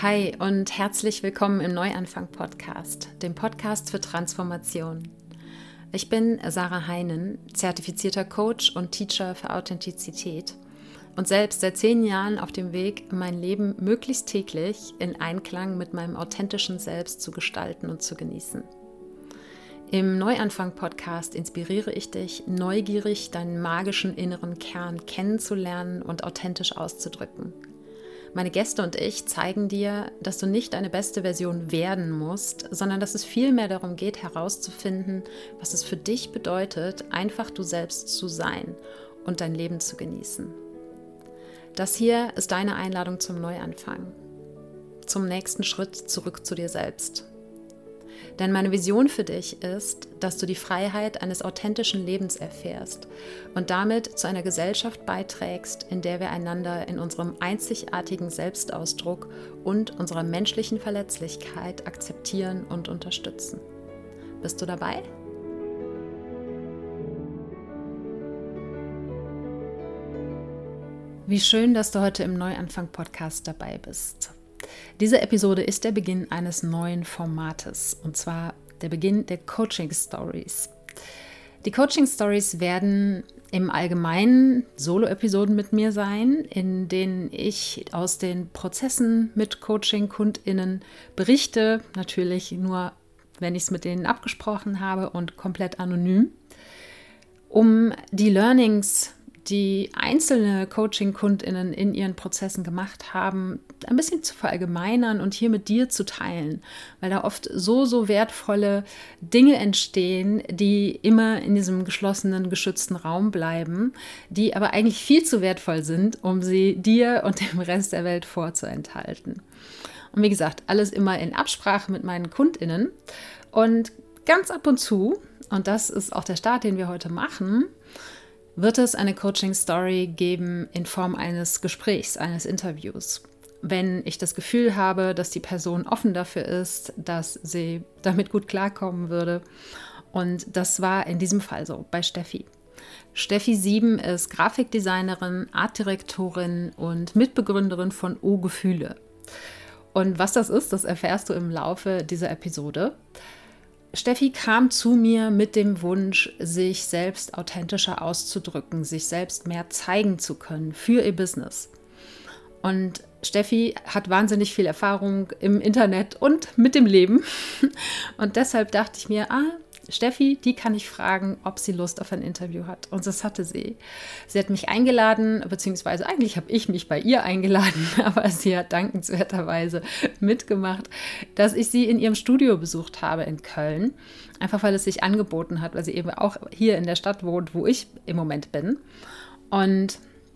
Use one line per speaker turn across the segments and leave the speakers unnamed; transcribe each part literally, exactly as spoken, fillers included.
Hi und herzlich willkommen im Neuanfang-Podcast, dem Podcast für Transformation. Ich bin Sarah Heinen, zertifizierter Coach und Teacher für Authentizität und selbst seit zehn Jahren auf dem Weg, mein Leben möglichst täglich in Einklang mit meinem authentischen Selbst zu gestalten und zu genießen. Im Neuanfang-Podcast inspiriere ich dich, neugierig deinen magischen inneren Kern kennenzulernen und authentisch auszudrücken. Meine Gäste und ich zeigen dir, dass du nicht deine beste Version werden musst, sondern dass es vielmehr darum geht, herauszufinden, was es für dich bedeutet, einfach du selbst zu sein und dein Leben zu genießen. Das hier ist deine Einladung zum Neuanfang, zum nächsten Schritt zurück zu dir selbst. Denn meine Vision für dich ist, dass du die Freiheit eines authentischen Lebens erfährst und damit zu einer Gesellschaft beiträgst, in der wir einander in unserem einzigartigen Selbstausdruck und unserer menschlichen Verletzlichkeit akzeptieren und unterstützen. Bist du dabei? Wie schön, dass du heute im Neuanfang-Podcast dabei bist. Diese Episode ist der Beginn eines neuen Formates, und zwar der Beginn der Coaching Stories. Die Coaching Stories werden im Allgemeinen Solo-Episoden mit mir sein, in denen ich aus den Prozessen mit Coaching-KundInnen berichte, natürlich nur, wenn ich es mit denen abgesprochen habe und komplett anonym, um die Learnings, die einzelne Coaching-KundInnen in ihren Prozessen gemacht haben, ein bisschen zu verallgemeinern und hier mit dir zu teilen, weil da oft so, so wertvolle Dinge entstehen, die immer in diesem geschlossenen, geschützten Raum bleiben, die aber eigentlich viel zu wertvoll sind, um sie dir und dem Rest der Welt vorzuenthalten. Und wie gesagt, alles immer in Absprache mit meinen KundInnen und ganz ab und zu, und das ist auch der Start, den wir heute machen, wird es eine Coaching-Story geben in Form eines Gesprächs, eines Interviews. Wenn ich das Gefühl habe, dass die Person offen dafür ist, dass sie damit gut klarkommen würde. Und das war in diesem Fall so bei Steffi. Steffi Sieben ist Grafikdesignerin, Artdirektorin und Mitbegründerin von O Gefühle. Und was das ist, das erfährst du im Laufe dieser Episode. Steffi kam zu mir mit dem Wunsch, sich selbst authentischer auszudrücken, sich selbst mehr zeigen zu können für ihr Business. Und Steffi hat wahnsinnig viel Erfahrung im Internet und mit dem Leben. Und deshalb dachte ich mir, ah, Steffi, die kann ich fragen, ob sie Lust auf ein Interview hat. Und das hatte sie. Sie hat mich eingeladen, beziehungsweise eigentlich habe ich mich bei ihr eingeladen, aber sie hat dankenswerterweise mitgemacht, dass ich sie in ihrem Studio besucht habe in Köln. Einfach weil es sich angeboten hat, weil sie eben auch hier in der Stadt wohnt, wo ich im Moment bin. Und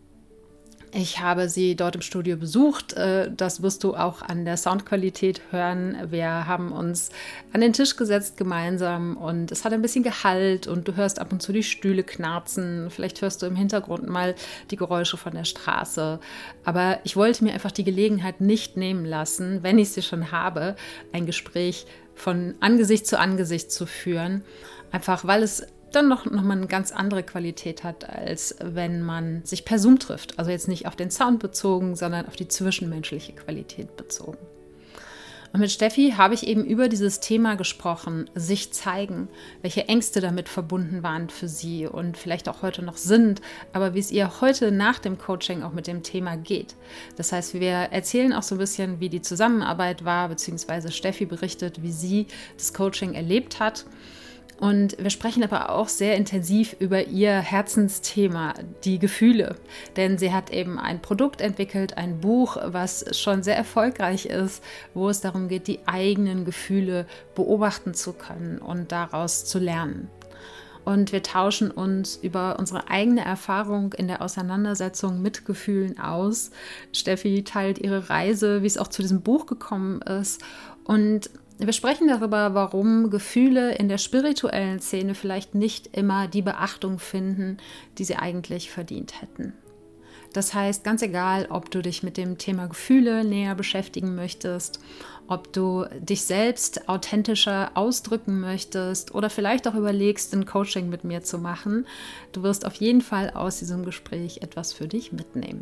ich habe sie dort im Studio besucht. Das wirst du auch an der Soundqualität hören. Wir haben uns an den Tisch gesetzt gemeinsam und es hat ein bisschen gehallt und du hörst ab und zu die Stühle knarzen. Vielleicht hörst du im Hintergrund mal die Geräusche von der Straße. Aber ich wollte mir einfach die Gelegenheit nicht nehmen lassen, wenn ich sie schon habe, ein Gespräch von Angesicht zu Angesicht zu führen. Einfach weil es dann noch, noch mal eine ganz andere Qualität hat, als wenn man sich per Zoom trifft. Also jetzt nicht auf den Sound bezogen, sondern auf die zwischenmenschliche Qualität bezogen. Und mit Steffi habe ich eben über dieses Thema gesprochen, sich zeigen, welche Ängste damit verbunden waren für sie und vielleicht auch heute noch sind, aber wie es ihr heute nach dem Coaching auch mit dem Thema geht. Das heißt, wir erzählen auch so ein bisschen, wie die Zusammenarbeit war, beziehungsweise Steffi berichtet, wie sie das Coaching erlebt hat. Und wir sprechen aber auch sehr intensiv über ihr Herzensthema, die Gefühle. Denn sie hat eben ein Produkt entwickelt, ein Buch, was schon sehr erfolgreich ist, wo es darum geht, die eigenen Gefühle beobachten zu können und daraus zu lernen. Und wir tauschen uns über unsere eigene Erfahrung in der Auseinandersetzung mit Gefühlen aus. Steffi teilt ihre Reise, wie es auch zu diesem Buch gekommen ist. Und wir sprechen darüber, warum Gefühle in der spirituellen Szene vielleicht nicht immer die Beachtung finden, die sie eigentlich verdient hätten. Das heißt, ganz egal, ob du dich mit dem Thema Gefühle näher beschäftigen möchtest, ob du dich selbst authentischer ausdrücken möchtest oder vielleicht auch überlegst, ein Coaching mit mir zu machen, du wirst auf jeden Fall aus diesem Gespräch etwas für dich mitnehmen.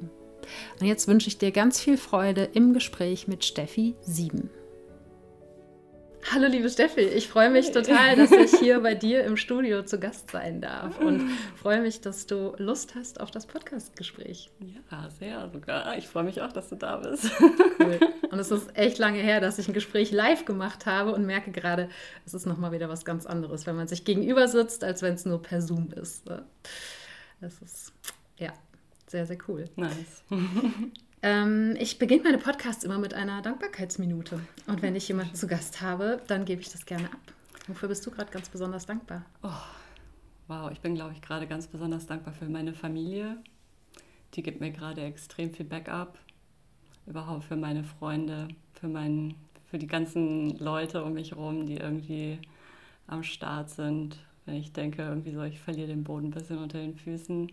Und jetzt wünsche ich dir ganz viel Freude im Gespräch mit Steffi Sieben. Hallo liebe Steffi, ich freue mich total, dass ich hier bei dir im Studio zu Gast sein darf und freue mich, dass du Lust hast auf das Podcast-Gespräch.
Ja, sehr sogar. Ich freue mich auch, dass du da bist.
Cool. Und es ist echt lange her, dass ich ein Gespräch live gemacht habe und merke gerade, es ist nochmal wieder was ganz anderes, wenn man sich gegenüber sitzt, als wenn es nur per Zoom ist. Das ist, ja, sehr, sehr cool.
Nice.
Ähm, ich beginne meine Podcasts immer mit einer Dankbarkeitsminute. Und wenn ich jemanden zu Gast habe, dann gebe ich das gerne ab. Wofür bist du gerade ganz besonders dankbar?
Oh, wow, ich bin, glaube ich, gerade ganz besonders dankbar für meine Familie. Die gibt mir gerade extrem viel Backup. Überhaupt für meine Freunde, für, mein, für die ganzen Leute um mich herum, die irgendwie am Start sind. Wenn ich denke, irgendwie so, ich verliere den Boden ein bisschen unter den Füßen.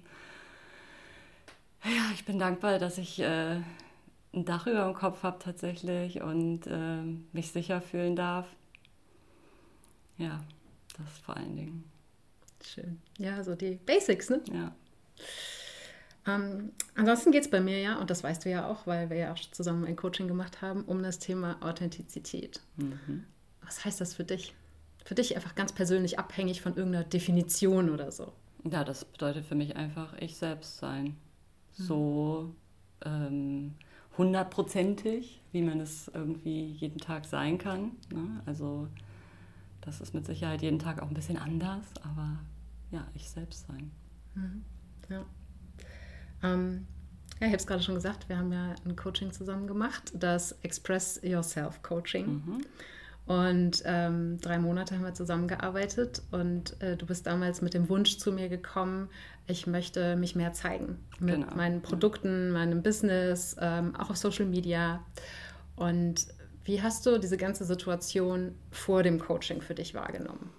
Ja, ich bin dankbar, dass ich äh, ein Dach über dem Kopf habe tatsächlich und äh, mich sicher fühlen darf. Ja, das vor allen Dingen.
Schön. Ja, so die Basics, ne?
Ja.
Ähm, ansonsten geht es bei mir ja, und das weißt du ja auch, weil wir ja auch zusammen ein Coaching gemacht haben, um das Thema Authentizität. Mhm. Was heißt das für dich? Für dich einfach ganz persönlich abhängig von irgendeiner Definition oder so?
Ja, das bedeutet für mich einfach ich selbst sein. So ähm, hundertprozentig, wie man es irgendwie jeden Tag sein kann. Ne? Also das ist mit Sicherheit jeden Tag auch ein bisschen anders, aber ja, ich selbst sein.
Mhm. Ja. Ähm, ja, ich habe es gerade schon gesagt, wir haben ja ein Coaching zusammen gemacht, das Express Yourself Coaching. Mhm. Und ähm, drei Monate haben wir zusammengearbeitet und äh, du bist damals mit dem Wunsch zu mir gekommen, ich möchte mich mehr zeigen mit genau. meinen Produkten, ja. meinem Business, ähm, auch auf Social Media. Und wie hast du diese ganze Situation vor dem Coaching für dich wahrgenommen?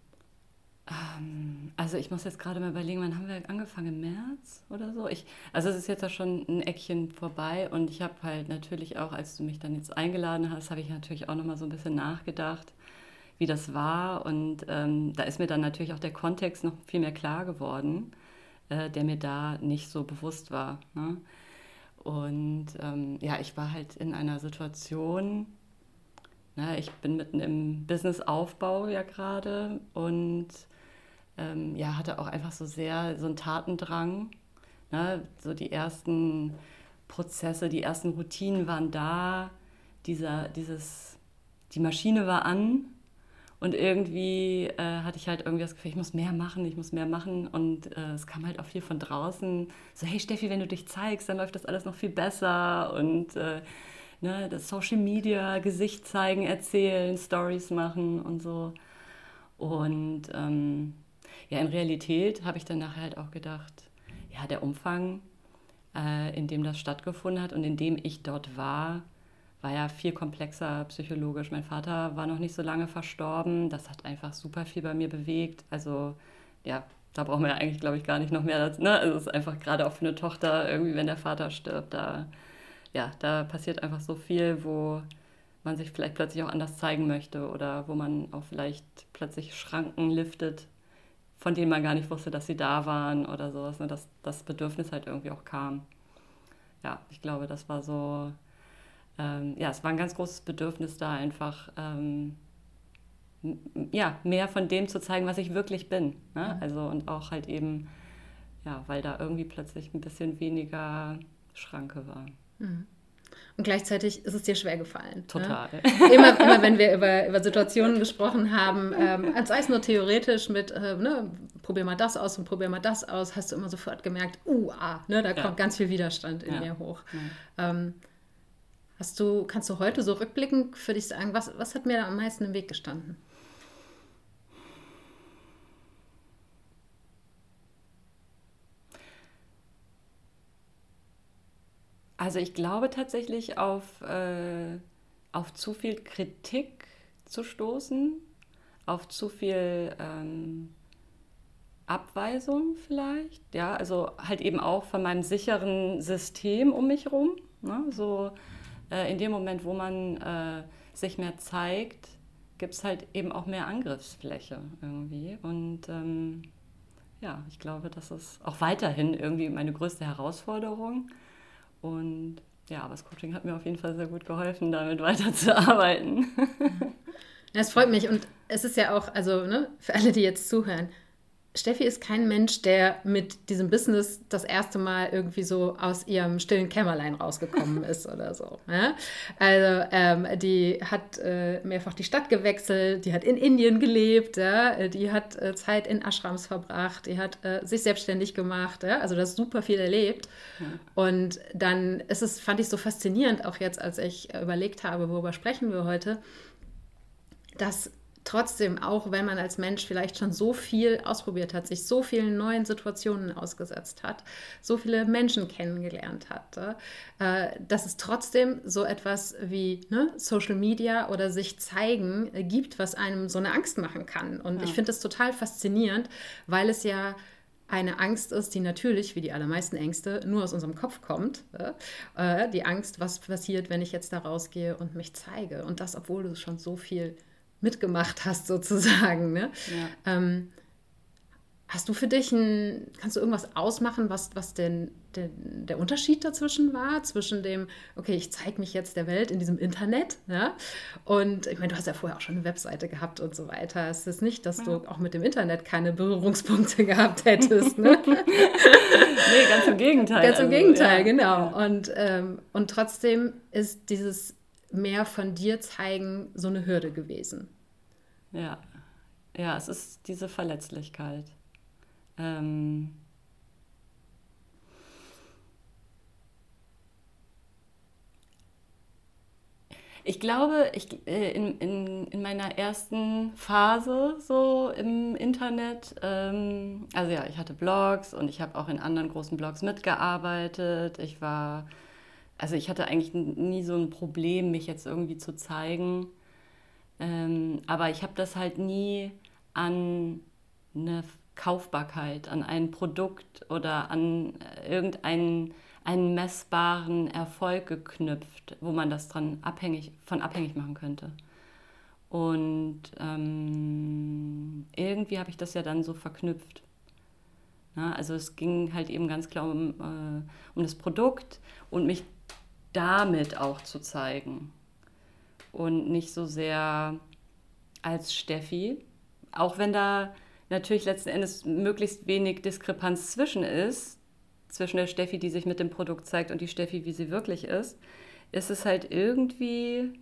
Ähm, also ich muss jetzt gerade mal überlegen, wann haben wir angefangen? Im März oder so? Ich, also es ist jetzt ja schon ein Eckchen vorbei und ich habe halt natürlich auch, als du mich dann jetzt eingeladen hast, habe ich natürlich auch nochmal so ein bisschen nachgedacht, wie das war und ähm, da ist mir dann natürlich auch der Kontext noch viel mehr klar geworden, äh, der mir da nicht so bewusst war. Ne? Und ähm, ja, ich war halt in einer Situation, na, ich bin mitten im Businessaufbau ja gerade und ähm, ja, hatte auch einfach so sehr so einen Tatendrang. Ne? So die ersten Prozesse, die ersten Routinen waren da, dieser, dieses, die Maschine war an und irgendwie äh, hatte ich halt irgendwie das Gefühl, ich muss mehr machen, ich muss mehr machen und äh, es kam halt auch viel von draußen, so hey Steffi, wenn du dich zeigst, dann läuft das alles noch viel besser und äh, ne, das Social Media, Gesicht zeigen, erzählen, Stories machen und so und ähm, ja, in Realität habe ich dann nachher halt auch gedacht, ja, der Umfang, äh, in dem das stattgefunden hat und in dem ich dort war, war ja viel komplexer psychologisch. Mein Vater war noch nicht so lange verstorben, das hat einfach super viel bei mir bewegt. Also ja, da brauchen wir ja eigentlich, glaube ich, gar nicht noch mehr dazu. Ne? Also es ist einfach gerade auch für eine Tochter, irgendwie, wenn der Vater stirbt, da, ja, da passiert einfach so viel, wo man sich vielleicht plötzlich auch anders zeigen möchte oder wo man auch vielleicht plötzlich Schranken liftet, von denen man gar nicht wusste, dass sie da waren oder sowas, ne? Dass das Bedürfnis halt irgendwie auch kam. Ja, ich glaube, das war so, ähm, ja, es war ein ganz großes Bedürfnis da einfach, ähm, m- ja, mehr von dem zu zeigen, was ich wirklich bin. Ne? Also und auch halt eben, ja, weil da irgendwie plötzlich ein bisschen weniger Schranke war.
Mhm. Und gleichzeitig ist es dir schwer gefallen.
Total.
Ne? Immer, immer wenn wir über, über Situationen gesprochen haben, ähm, sei es nur theoretisch mit, äh, ne, probier mal das aus und probier mal das aus, hast du immer sofort gemerkt, uh, ah, ne, da ja. kommt ganz viel Widerstand in ja. mir hoch. Ja. Ähm, hast du, kannst du heute so rückblickend für dich sagen, was, was hat mir da am meisten im Weg gestanden?
Also ich glaube tatsächlich auf, äh, auf zu viel Kritik zu stoßen, auf zu viel ähm, Abweisung vielleicht, ja, also halt eben auch von meinem sicheren System um mich herum, ne? So äh, in dem Moment, wo man äh, sich mehr zeigt, gibt es halt eben auch mehr Angriffsfläche irgendwie und ähm, ja, ich glaube, das ist auch weiterhin irgendwie meine größte Herausforderung. Und ja, aber das Coaching hat mir auf jeden Fall sehr gut geholfen, damit weiterzuarbeiten.
Ja, es freut mich und es ist ja auch, also ne, für alle, die jetzt zuhören, Steffi ist kein Mensch, der mit diesem Business das erste Mal irgendwie so aus ihrem stillen Kämmerlein rausgekommen ist oder so. Ja? Also ähm, die hat äh, mehrfach die Stadt gewechselt, die hat in Indien gelebt, ja? Die hat äh, Zeit in Ashrams verbracht, die hat äh, sich selbstständig gemacht, ja? Also das super viel erlebt. Ja. Und dann ist es, fand ich so faszinierend, auch jetzt, als ich überlegt habe, worüber sprechen wir heute, dass trotzdem, auch wenn man als Mensch vielleicht schon so viel ausprobiert hat, sich so vielen neuen Situationen ausgesetzt hat, so viele Menschen kennengelernt hat, äh, dass es trotzdem so etwas wie ne, Social Media oder sich zeigen äh, gibt, was einem so eine Angst machen kann. Und ja. ich finde das total faszinierend, weil es ja eine Angst ist, die natürlich, wie die allermeisten Ängste, nur aus unserem Kopf kommt. Äh, die Angst, was passiert, wenn ich jetzt da rausgehe und mich zeige. Und das, obwohl du schon so viel mitgemacht hast sozusagen. Ne? Ja. Ähm, hast du für dich ein, kannst du irgendwas ausmachen, was, was denn, denn der Unterschied dazwischen war? Zwischen dem, okay, ich zeige mich jetzt der Welt in diesem Internet, ja? Und ich meine, du hast ja vorher auch schon eine Webseite gehabt und so weiter. Es ist nicht, dass ja. du auch mit dem Internet keine Berührungspunkte gehabt hättest. Ne?
Nee, ganz im Gegenteil.
Ganz im
also,
Gegenteil,
ja.
genau.
Ja.
Und, ähm, und trotzdem ist dieses mehr von dir zeigen so eine Hürde gewesen.
Ja, ja, es ist diese Verletzlichkeit. Ähm ich glaube, ich, äh, in, in, in meiner ersten Phase so im Internet, ähm, also ja, ich hatte Blogs und ich habe auch in anderen großen Blogs mitgearbeitet. Ich war Also ich hatte eigentlich nie so ein Problem, mich jetzt irgendwie zu zeigen. Ähm, aber ich habe das halt nie an eine Kaufbarkeit, an ein Produkt oder an irgendeinen einen messbaren Erfolg geknüpft, wo man das dran abhängig, von abhängig machen könnte. Und ähm, irgendwie habe ich das ja dann so verknüpft. Na, also es ging halt eben ganz klar um, äh, um das Produkt und mich damit auch zu zeigen und nicht so sehr als Steffi, auch wenn da natürlich letzten Endes möglichst wenig Diskrepanz zwischen ist, zwischen der Steffi, die sich mit dem Produkt zeigt und die Steffi, wie sie wirklich ist, ist es halt irgendwie,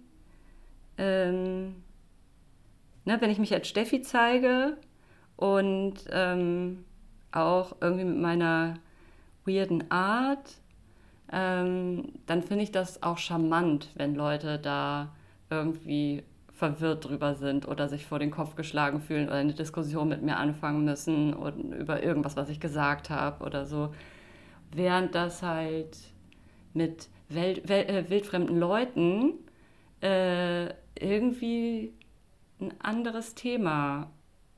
ähm, ne, wenn ich mich als Steffi zeige und ähm, auch irgendwie mit meiner weirden Art, Ähm, dann finde ich das auch charmant, wenn Leute da irgendwie verwirrt drüber sind oder sich vor den Kopf geschlagen fühlen oder eine Diskussion mit mir anfangen müssen und über irgendwas, was ich gesagt habe oder so. Während das halt mit Welt, Welt, äh, wildfremden Leuten äh, irgendwie ein anderes Thema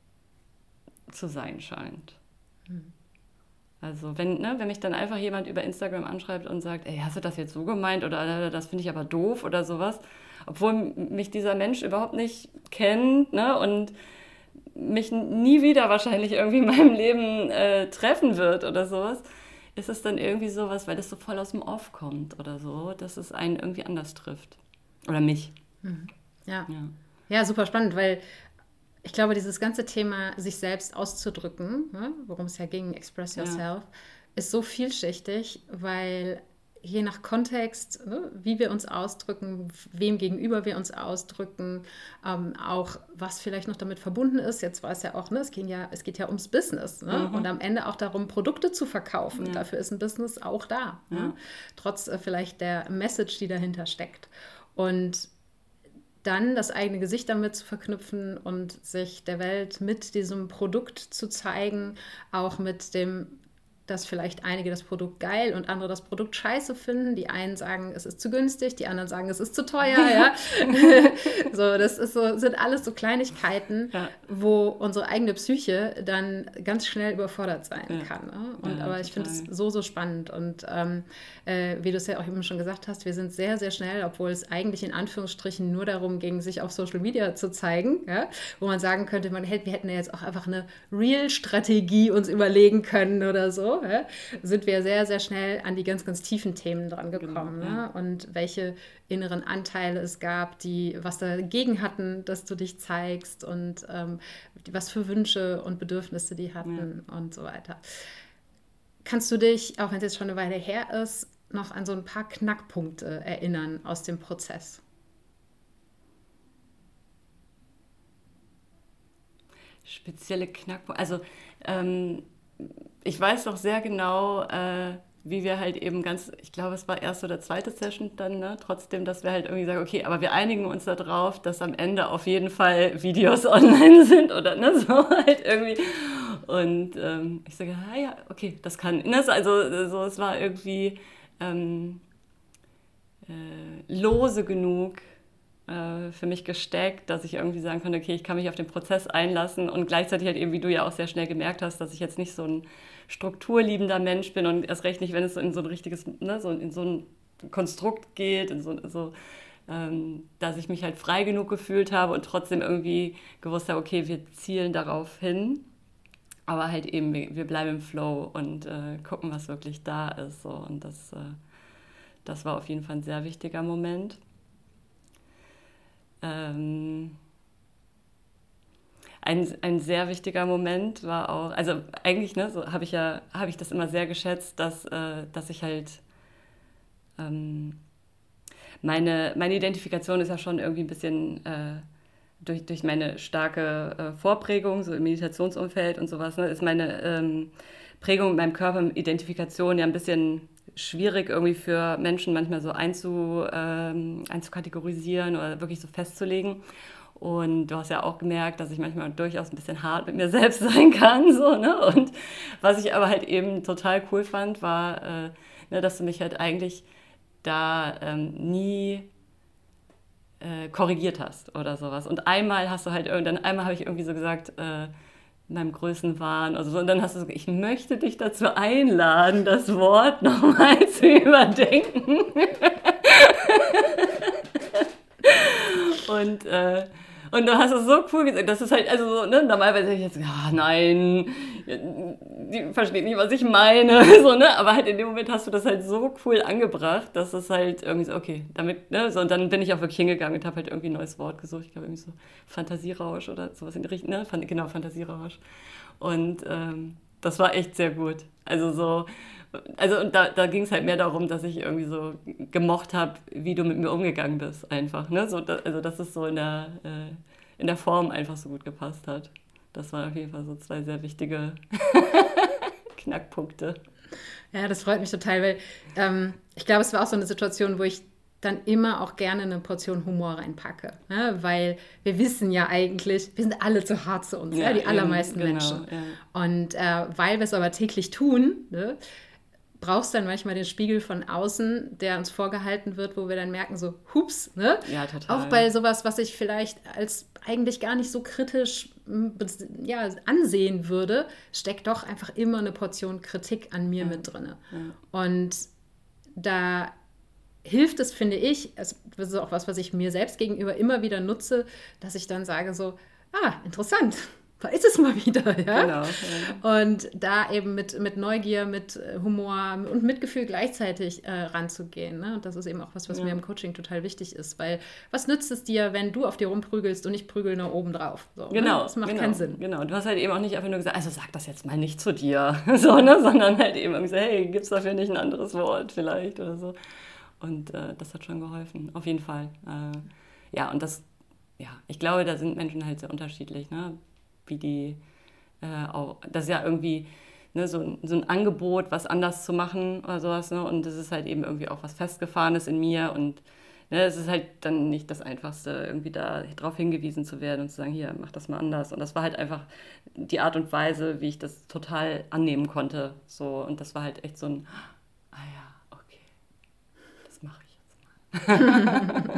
zu sein scheint. Hm. Also wenn, ne, wenn mich dann einfach jemand über Instagram anschreibt und sagt, ey, hast du das jetzt so gemeint oder das finde ich aber doof oder sowas, obwohl mich dieser Mensch überhaupt nicht kennt, ne, und mich nie wieder wahrscheinlich irgendwie in meinem Leben äh, treffen wird oder sowas, ist es dann irgendwie sowas, weil das so voll aus dem Off kommt oder so, dass es einen irgendwie anders trifft. Oder mich.
Mhm. Ja. ja. Ja, super spannend, weil ich glaube, dieses ganze Thema, sich selbst auszudrücken, ne, worum es ja ging, Express Yourself, ja. ist so vielschichtig, weil je nach Kontext, ne, wie wir uns ausdrücken, wem gegenüber wir uns ausdrücken, ähm, auch was vielleicht noch damit verbunden ist. Jetzt war es ja auch, ne, es, ging ja, es geht ja ums Business, ne, mhm. und am Ende auch darum, Produkte zu verkaufen. Ja. Dafür ist ein Business auch da, ja. ne, trotz äh, vielleicht der Message, die dahinter steckt. Und dann das eigene Gesicht damit zu verknüpfen und sich der Welt mit diesem Produkt zu zeigen, auch mit dem, dass vielleicht einige das Produkt geil und andere das Produkt scheiße finden. Die einen sagen, es ist zu günstig, die anderen sagen, es ist zu teuer. Ja? So, das ist so, sind alles so Kleinigkeiten, ja. wo unsere eigene Psyche dann ganz schnell überfordert sein ja. kann. Ne? Und, ja, aber ich finde es so, so spannend. Und ähm, äh, wie du es ja auch eben schon gesagt hast, wir sind sehr, sehr schnell, obwohl es eigentlich in Anführungsstrichen nur darum ging, sich auf Social Media zu zeigen, ja? wo man sagen könnte, man hätte, wir hätten ja jetzt auch einfach eine Real-Strategie uns überlegen können oder so. so, ja, sind wir sehr, sehr schnell an die ganz, ganz tiefen Themen dran gekommen. Genau, ja. Ne? Und welche inneren Anteile es gab, die was dagegen hatten, dass du dich zeigst und ähm, was für Wünsche und Bedürfnisse die hatten ja. und so weiter. Kannst du dich, auch wenn es jetzt schon eine Weile her ist, noch an so ein paar Knackpunkte erinnern aus dem Prozess?
Spezielle Knackpunkte. Also ähm, ich weiß noch sehr genau, äh, wie wir halt eben ganz, ich glaube, es war erste oder zweite Session dann, ne? Trotzdem, dass wir halt irgendwie sagen, okay, aber wir einigen uns darauf, dass am Ende auf jeden Fall Videos online sind oder ne, so halt irgendwie. Und ähm, ich sage, ah ja, okay, das kann. Das, also so, es war irgendwie ähm, äh, lose genug äh, für mich gesteckt, dass ich irgendwie sagen konnte, okay, ich kann mich auf den Prozess einlassen und gleichzeitig halt eben, wie du ja auch sehr schnell gemerkt hast, dass ich jetzt nicht so ein strukturliebender Mensch bin und erst recht nicht, wenn es so in so ein richtiges, ne, so in so ein Konstrukt geht, in so, so ähm, dass ich mich halt frei genug gefühlt habe und trotzdem irgendwie gewusst habe, okay, wir zielen darauf hin, aber halt eben, wir, wir bleiben im Flow und äh, gucken, was wirklich da ist. So. Und das, äh, das war auf jeden Fall ein sehr wichtiger Moment. Ähm, Ein, ein sehr wichtiger Moment war auch, also eigentlich, ne, so habe ich ja, habe ich das immer sehr geschätzt, dass, äh, dass ich halt, ähm, meine, meine Identifikation ist ja schon irgendwie ein bisschen äh, durch, durch meine starke äh, Vorprägung, so im Meditationsumfeld und sowas, ne, ist meine ähm, Prägung mit meinem Körper, Identifikation ja ein bisschen schwierig irgendwie für Menschen manchmal so einzu, ähm, einzukategorisieren oder wirklich so festzulegen. Und du hast ja auch gemerkt, dass ich manchmal durchaus ein bisschen hart mit mir selbst sein kann. So, ne? Und was ich aber halt eben total cool fand, war, äh, ne, dass du mich halt eigentlich da ähm, nie äh, korrigiert hast oder sowas. Und einmal hast du halt irgendwann, einmal habe ich irgendwie so gesagt, äh, in meinem Größenwahn, also so, und dann hast du so, ich möchte dich dazu einladen, das Wort nochmal zu überdenken. Und äh, Und du hast es so cool gesagt, das ist halt, also so, ne, normalerweise hätte ich jetzt, ja, nein, die versteht nicht, was ich meine, so, ne, aber halt in dem Moment hast du das halt so cool angebracht, dass es halt irgendwie so, okay, damit, ne, so, und dann bin ich auch wirklich hingegangen und habe halt irgendwie ein neues Wort gesucht, ich glaube irgendwie so Fantasierausch oder sowas in die Richtung, ne, genau, Fantasierausch. Und ähm, das war echt sehr gut, also so, also und da, da ging es halt mehr darum, dass ich irgendwie so gemocht habe, wie du mit mir umgegangen bist, einfach. Ne? So, da, also dass es so in der, äh, in der Form einfach so gut gepasst hat. Das waren auf jeden Fall so zwei sehr wichtige Knackpunkte.
Ja, das freut mich total, weil ähm, ich glaube, es war auch so eine Situation, wo ich dann immer auch gerne eine Portion Humor reinpacke. Ne? Weil wir wissen ja eigentlich, wir sind alle zu hart zu uns, ja, ja, die allermeisten eben, genau, Menschen. Ja. Und äh, weil wir es aber täglich tun, ne, brauchst dann manchmal den Spiegel von außen, der uns vorgehalten wird, wo wir dann merken so, hups, ne?
Ja, total.
Auch bei sowas, was ich vielleicht als eigentlich gar nicht so kritisch ja, ansehen würde, steckt doch einfach immer eine Portion Kritik an mir ja. mit drin. Ja. Und da hilft es, finde ich, das ist auch was, was ich mir selbst gegenüber immer wieder nutze, dass ich dann sage so, ah, interessant, da ist es mal wieder, ja. Genau, ja. Und da eben mit, mit Neugier, mit Humor und Mitgefühl gleichzeitig äh, ranzugehen. Ne? Und das ist eben auch was, was ja. mir im Coaching total wichtig ist. Weil was nützt es dir, wenn du auf dir rumprügelst und ich prügel nur oben drauf? So,
genau.
Ne? Das macht
genau,
keinen Sinn.
Genau, du hast halt eben auch nicht einfach nur gesagt, also sag das jetzt mal nicht zu dir, so, ne? Sondern halt eben gesagt, hey, gibt es dafür nicht ein anderes Wort vielleicht oder so. Und äh, das hat schon geholfen, auf jeden Fall. Äh, ja, und das, ja, ich glaube, da sind Menschen halt sehr unterschiedlich, ne? Wie die, äh, auch, das ist ja irgendwie ne, so, so ein Angebot, was anders zu machen oder sowas, ne? Und das ist halt eben irgendwie auch was Festgefahrenes in mir und ne, es ist halt dann nicht das Einfachste, irgendwie da drauf hingewiesen zu werden und zu sagen, hier, mach das mal anders. Und das war halt einfach die Art und Weise, wie ich das total annehmen konnte, so. Und das war halt echt so ein, ah ja, okay, das mache ich jetzt mal.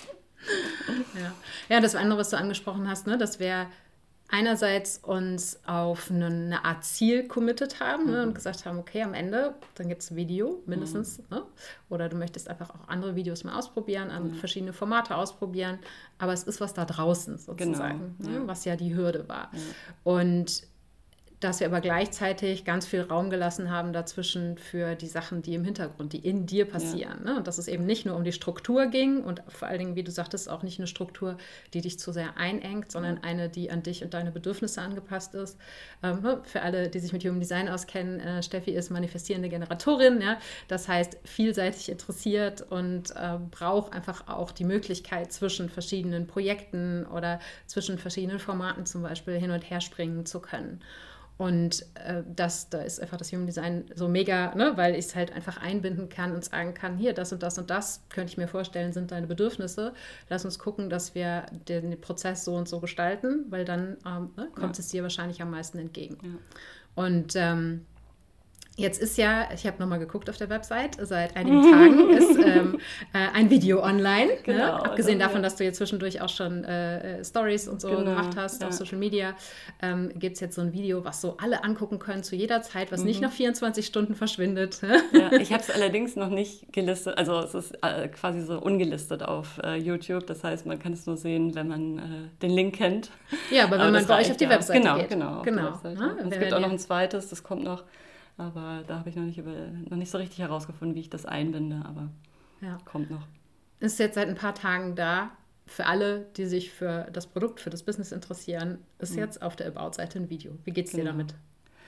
ja. ja, das andere, was du angesprochen hast, ne, das wäre einerseits uns auf eine, eine Art Ziel committed haben, mhm. ne, und gesagt haben, okay, am Ende, dann gibt es ein Video mindestens. Mhm. Ne? Oder du möchtest einfach auch andere Videos mal ausprobieren, mhm. verschiedene Formate ausprobieren. Aber es ist was da draußen sozusagen, genau. ne? ja. was ja die Hürde war. Ja. Und dass wir aber gleichzeitig ganz viel Raum gelassen haben dazwischen für die Sachen, die im Hintergrund, die in dir passieren. Ja. Ne? Und dass es eben nicht nur um die Struktur ging und vor allen Dingen, wie du sagtest, auch nicht eine Struktur, die dich zu sehr einengt, sondern ja. eine, die an dich und deine Bedürfnisse angepasst ist. Ähm, für alle, die sich mit Human Design auskennen, äh, Steffi ist manifestierende Generatorin. Ja? Das heißt, vielseitig interessiert und äh, braucht einfach auch die Möglichkeit, zwischen verschiedenen Projekten oder zwischen verschiedenen Formaten zum Beispiel hin und her springen zu können. Und äh, das, da ist einfach das Human Design so mega, ne? Weil ich es halt einfach einbinden kann und sagen kann, hier, das und das und das, könnte ich mir vorstellen, sind deine Bedürfnisse. Lass uns gucken, dass wir den Prozess so und so gestalten, weil dann ähm, ne, kommt ja. es dir wahrscheinlich am meisten entgegen. Ja. Und ähm, jetzt ist ja, ich habe nochmal geguckt auf der Website, seit einigen Tagen ist ähm, äh, ein Video online. Genau, ne? Abgesehen davon, dass du jetzt zwischendurch auch schon äh, Stories und so genau, gemacht hast ja. auf Social Media, ähm, gibt es jetzt so ein Video, was so alle angucken können zu jeder Zeit, was mhm. nicht nach vierundzwanzig Stunden verschwindet.
Ja, ich habe es allerdings noch nicht gelistet, also es ist äh, quasi so ungelistet auf äh, YouTube, das heißt, man kann es nur sehen, wenn man äh, den Link kennt.
Ja, aber wenn aber man bei euch auf die ja. Webseite
genau,
geht.
Genau,
genau.
Webseite. Ne? Es gibt auch noch ein zweites, das kommt noch. Aber da habe ich noch nicht, über, noch nicht so richtig herausgefunden, wie ich das einbinde, aber ja. kommt noch.
Ist jetzt seit ein paar Tagen da. Für alle, die sich für das Produkt, für das Business interessieren, ist mhm. jetzt auf der About-Seite ein Video. Wie geht's dir genau. damit?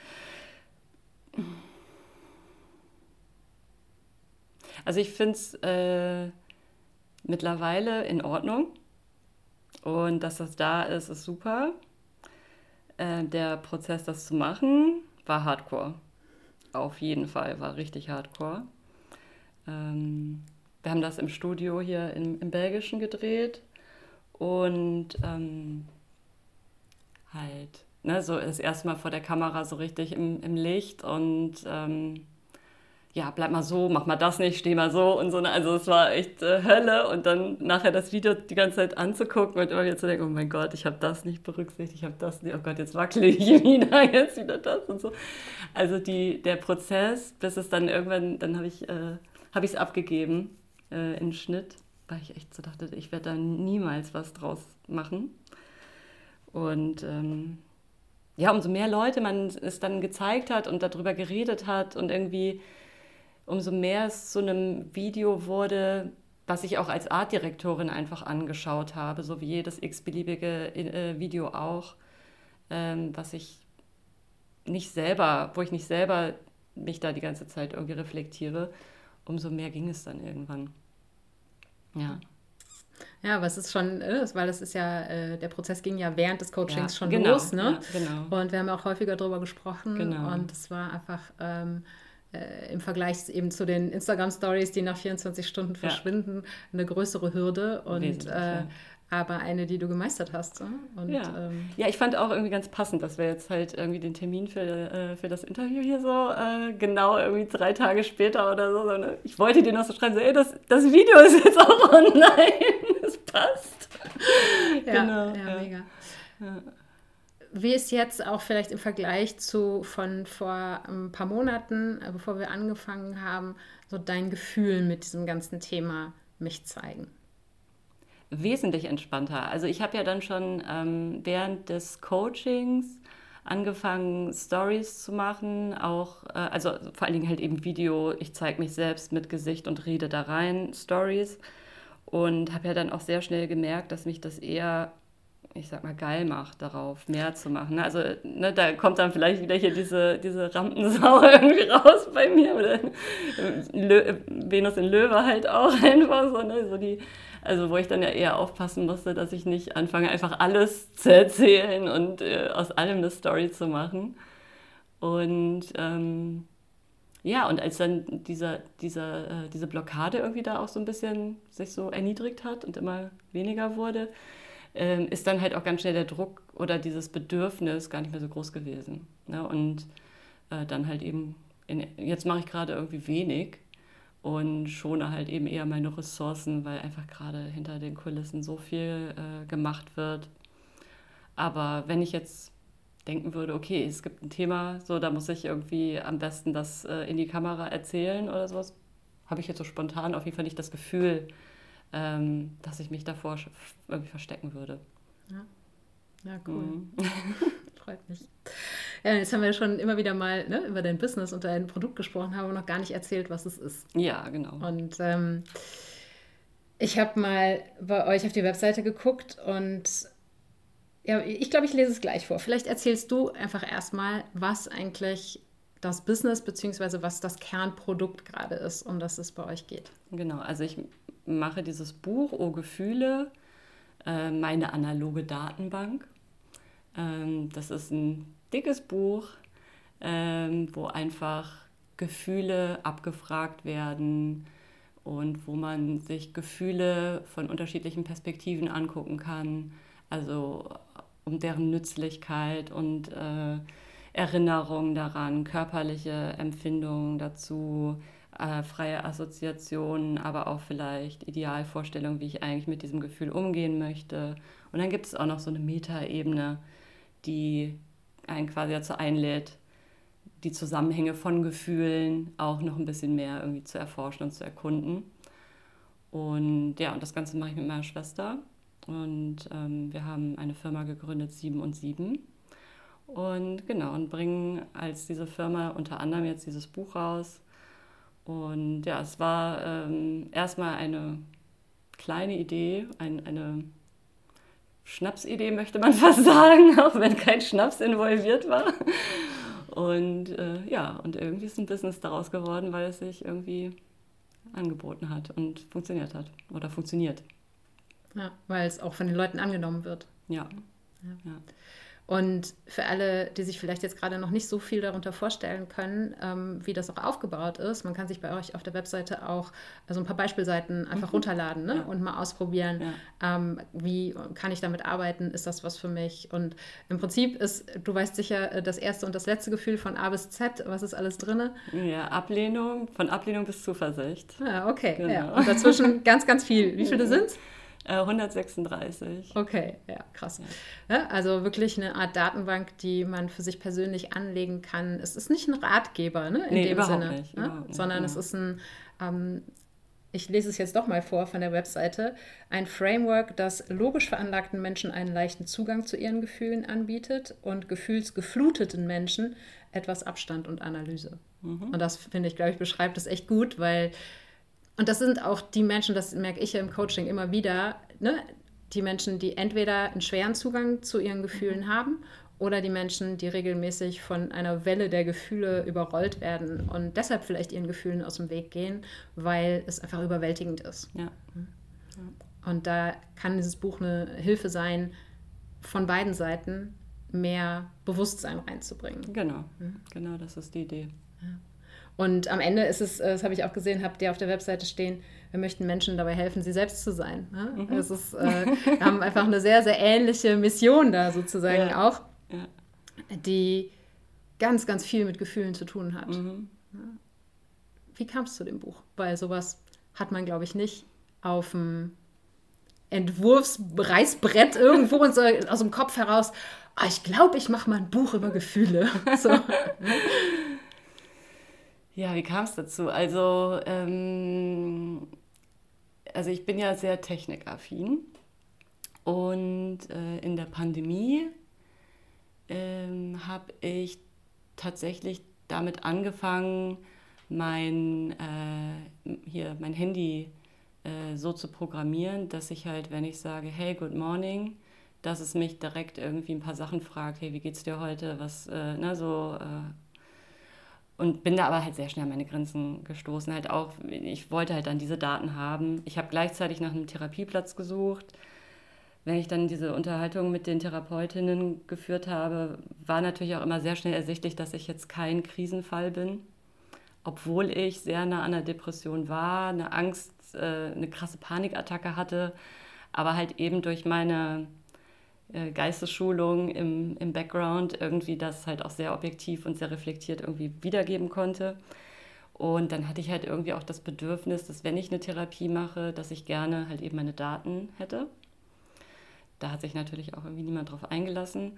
Also ich finde es äh, mittlerweile in Ordnung. Und dass das da ist, ist super. Äh, der Prozess, das zu machen, war hardcore. Auf jeden Fall, war richtig hardcore. Ähm, wir haben das im Studio hier im, im Belgischen gedreht und ähm, halt, ne, so das erste Mal vor der Kamera so richtig im, im Licht und ähm, ja, bleib mal so, mach mal das nicht, steh mal so und so. Also es war echt äh, Hölle und dann nachher das Video die ganze Zeit anzugucken und immer wieder zu denken, oh mein Gott, ich habe das nicht berücksichtigt, ich habe das nicht, oh Gott, jetzt wackele ich wieder, jetzt wieder das und so. Also die, der Prozess, bis es dann irgendwann, dann habe ich äh, habe ich es abgegeben äh, in Schnitt, weil ich echt so dachte, ich werde da niemals was draus machen. Und ähm, ja, umso mehr Leute man es dann gezeigt hat und darüber geredet hat und irgendwie umso mehr es zu einem Video wurde, was ich auch als Artdirektorin einfach angeschaut habe, so wie jedes x-beliebige äh, Video auch, ähm, was ich nicht selber, wo ich nicht selber mich da die ganze Zeit irgendwie reflektiere, umso mehr ging es dann irgendwann. Ja.
Ja, aber es ist schon, weil das ist ja, der Prozess ging ja während des Coachings ja, schon
genau,
los, ne?
Ja, genau.
Und wir haben auch häufiger darüber gesprochen
genau.
und es war einfach ähm, äh, im Vergleich eben zu den Instagram-Stories, die nach vierundzwanzig Stunden verschwinden, ja. eine größere Hürde und äh, aber eine, die du gemeistert hast. So? Und,
ja. Ähm, ja, ich fand auch irgendwie ganz passend, dass wir jetzt halt irgendwie den Termin für, äh, für das Interview hier so äh, genau irgendwie drei Tage später oder so. so ne? Ich wollte dir noch so schreiben, so, ey, das, das Video ist jetzt auch online. Das passt.
Ja, genau, ja, ja. mega. Ja. Wie ist jetzt auch vielleicht im Vergleich zu von vor ein paar Monaten, bevor wir angefangen haben, so dein Gefühl mit diesem ganzen Thema mich zeigen?
Wesentlich entspannter. Also ich habe ja dann schon ähm, während des Coachings angefangen, Stories zu machen, auch, äh, also vor allen Dingen halt eben Video, ich zeige mich selbst mit Gesicht und rede da rein, Stories, und habe ja dann auch sehr schnell gemerkt, dass mich das eher, ich sag mal, geil macht, darauf mehr zu machen. Also ne, da kommt dann vielleicht wieder hier diese, diese Rampensau irgendwie raus bei mir, oder Lö- Venus in Löwe halt auch einfach so, ne, so die. Also wo ich dann ja eher aufpassen musste, dass ich nicht anfange, einfach alles zu erzählen und äh, aus allem eine Story zu machen. Und ähm, ja, und als dann dieser, dieser, äh, diese Blockade irgendwie da auch so ein bisschen sich so erniedrigt hat und immer weniger wurde, äh, ist dann halt auch ganz schnell der Druck oder dieses Bedürfnis gar nicht mehr so groß gewesen. Ne? Und äh, dann halt eben, in, jetzt mache ich gerade irgendwie wenig, und schone halt eben eher meine Ressourcen, weil einfach gerade hinter den Kulissen so viel äh, gemacht wird. Aber wenn ich jetzt denken würde, okay, es gibt ein Thema, so da muss ich irgendwie am besten das äh, in die Kamera erzählen oder sowas, habe ich jetzt so spontan auf jeden Fall nicht das Gefühl, ähm, dass ich mich davor irgendwie verstecken würde.
Ja, ja cool. Mhm. Freut mich. Ja, jetzt haben wir schon immer wieder mal ne, über dein Business und dein Produkt gesprochen, haben aber noch gar nicht erzählt, was es ist.
Ja, genau.
Und ähm, ich habe mal bei euch auf die Webseite geguckt und ja, ich glaube, ich lese es gleich vor. Vielleicht erzählst du einfach erstmal, was eigentlich das Business bzw. was das Kernprodukt gerade ist, um das es bei euch geht.
Genau, also ich mache dieses Buch O Gefühle, äh, meine analoge Datenbank. Ähm, das ist ein dickes Buch, ähm, wo einfach Gefühle abgefragt werden und wo man sich Gefühle von unterschiedlichen Perspektiven angucken kann, also um deren Nützlichkeit und äh, Erinnerung daran, körperliche Empfindungen dazu, äh, freie Assoziationen, aber auch vielleicht Idealvorstellungen, wie ich eigentlich mit diesem Gefühl umgehen möchte. Und dann gibt es auch noch so eine Metaebene, die einen quasi dazu einlädt, die Zusammenhänge von Gefühlen auch noch ein bisschen mehr irgendwie zu erforschen und zu erkunden. Und ja, und das Ganze mache ich mit meiner Schwester. Und ähm, wir haben eine Firma gegründet, sieben und sieben. Und genau, und bringen als diese Firma unter anderem jetzt dieses Buch raus. Und ja, es war ähm, erstmal eine kleine Idee, ein, eine Schnapsidee möchte man fast sagen, auch wenn kein Schnaps involviert war. Und äh, ja, und irgendwie ist ein Business daraus geworden, weil es sich irgendwie angeboten hat und funktioniert hat oder funktioniert.
Ja, weil es auch von den Leuten angenommen wird.
Ja.
Ja.
Ja.
Und für alle, die sich vielleicht jetzt gerade noch nicht so viel darunter vorstellen können, ähm, wie das auch aufgebaut ist, man kann sich bei euch auf der Webseite auch also ein paar Beispielseiten einfach mhm. runterladen ne? ja. und mal ausprobieren, ja. ähm, wie kann ich damit arbeiten, ist das was für mich? Und im Prinzip ist, du weißt sicher, das erste und das letzte Gefühl von A bis Z, was ist alles drin?
Ja, Ablehnung, von Ablehnung bis Zuversicht.
Ja, okay.
Genau.
Ja. Und dazwischen ganz, ganz viel. Wie viele sind es?
hundertsechsunddreißig.
Okay, ja, krass. Ja. Ja, also wirklich eine Art Datenbank, die man für sich persönlich anlegen kann. Es ist nicht ein Ratgeber, ne, in
nee,
dem
überhaupt
Sinne,
nicht,
ne?
überhaupt nicht,
sondern
ja.
es ist ein, ähm, ich lese es jetzt doch mal vor von der Webseite, ein Framework, das logisch veranlagten Menschen einen leichten Zugang zu ihren Gefühlen anbietet und gefühlsgefluteten Menschen etwas Abstand und Analyse. Mhm. Und das, finde ich, glaube ich, beschreibt es echt gut, weil und das sind auch die Menschen, das merke ich ja im Coaching immer wieder, ne? Die Menschen, die entweder einen schweren Zugang zu ihren Gefühlen mhm. haben oder die Menschen, die regelmäßig von einer Welle der Gefühle überrollt werden und deshalb vielleicht ihren Gefühlen aus dem Weg gehen, weil es einfach überwältigend ist.
Ja. Ja.
Und da kann dieses Buch eine Hilfe sein, von beiden Seiten mehr Bewusstsein reinzubringen.
Genau, mhm. genau, das ist die Idee.
Ja. Und am Ende ist es, das habe ich auch gesehen, habt ihr auf der Webseite stehen, wir möchten Menschen dabei helfen, sie selbst zu sein. Ne? Mhm. Es ist, äh, wir haben einfach eine sehr, sehr ähnliche Mission da sozusagen ja. auch, ja. die ganz, ganz viel mit Gefühlen zu tun hat. Mhm. Wie kam es zu dem Buch? Weil sowas hat man, glaube ich, nicht auf dem Entwurfsreißbrett irgendwo und so aus dem Kopf heraus, oh, ich glaube, ich mache mal ein Buch über Gefühle. So.
Ja, wie kam es dazu? Also, ähm, also ich bin ja sehr technikaffin und äh, in der Pandemie ähm, habe ich tatsächlich damit angefangen, mein, äh, hier, mein Handy äh, so zu programmieren, dass ich halt, wenn ich sage, hey, good morning, dass es mich direkt irgendwie ein paar Sachen fragt, hey, wie geht's dir heute, was, äh, ne, so... Äh, Und bin da aber halt sehr schnell an meine Grenzen gestoßen. Halt auch, ich wollte halt dann diese Daten haben. Ich habe gleichzeitig nach einem Therapieplatz gesucht. Wenn ich dann diese Unterhaltung mit den Therapeutinnen geführt habe, war natürlich auch immer sehr schnell ersichtlich, dass ich jetzt kein Krisenfall bin. Obwohl ich sehr nah an der Depression war, eine Angst, eine krasse Panikattacke hatte. Aber halt eben durch meine Geistesschulung im, im Background irgendwie das halt auch sehr objektiv und sehr reflektiert irgendwie wiedergeben konnte. Und dann hatte ich halt irgendwie auch das Bedürfnis, dass wenn ich eine Therapie mache, dass ich gerne halt eben meine Daten hätte. Da hat sich natürlich auch irgendwie niemand drauf eingelassen.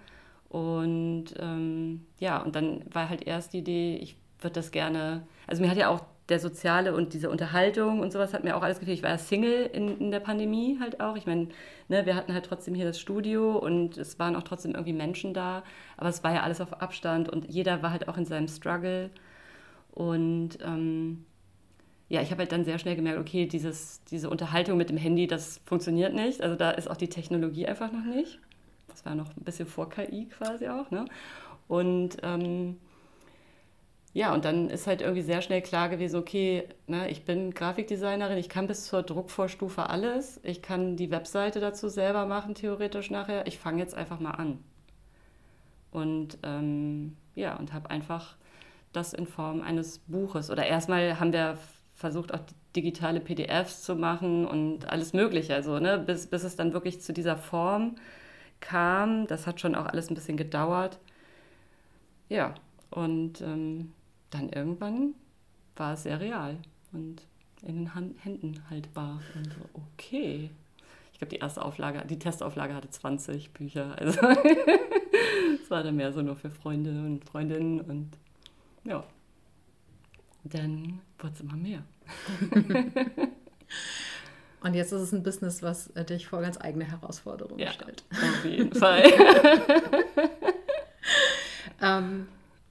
Und ähm, ja, und dann war halt erst die Idee, ich würde das gerne, also mir hat ja auch der Soziale und diese Unterhaltung und sowas hat mir auch alles gefehlt. Ich war ja Single in, in der Pandemie halt auch. Ich meine, ne, wir hatten halt trotzdem hier das Studio und es waren auch trotzdem irgendwie Menschen da, aber es war ja alles auf Abstand und jeder war halt auch in seinem Struggle. Und ähm, ja, ich habe halt dann sehr schnell gemerkt, okay, dieses, diese Unterhaltung mit dem Handy, das funktioniert nicht. Also da ist auch die Technologie einfach noch nicht. Das war noch ein bisschen vor K I quasi auch, ne? Und ähm, ja, und dann ist halt irgendwie sehr schnell klar gewesen, okay, ne, ich bin Grafikdesignerin, ich kann bis zur Druckvorstufe alles, ich kann die Webseite dazu selber machen, theoretisch nachher. Ich fange jetzt einfach mal an. Und ähm, ja, und habe einfach das in Form eines Buches. Oder erstmal haben wir versucht, auch digitale P D Fs zu machen und alles Mögliche. Also, ne, bis, bis es dann wirklich zu dieser Form kam. Das hat schon auch alles ein bisschen gedauert. Ja, und ähm, dann irgendwann war es sehr real und in den Hand, Händen haltbar. Und so, okay. Ich glaube, die erste Auflage, die Testauflage hatte zwanzig Bücher. Also es war dann mehr so nur für Freunde und Freundinnen und ja. Dann wurde es immer mehr.
Und jetzt ist es ein Business, was dich vor ganz eigene Herausforderungen
ja,
stellt.
Auf jeden Fall.
ähm,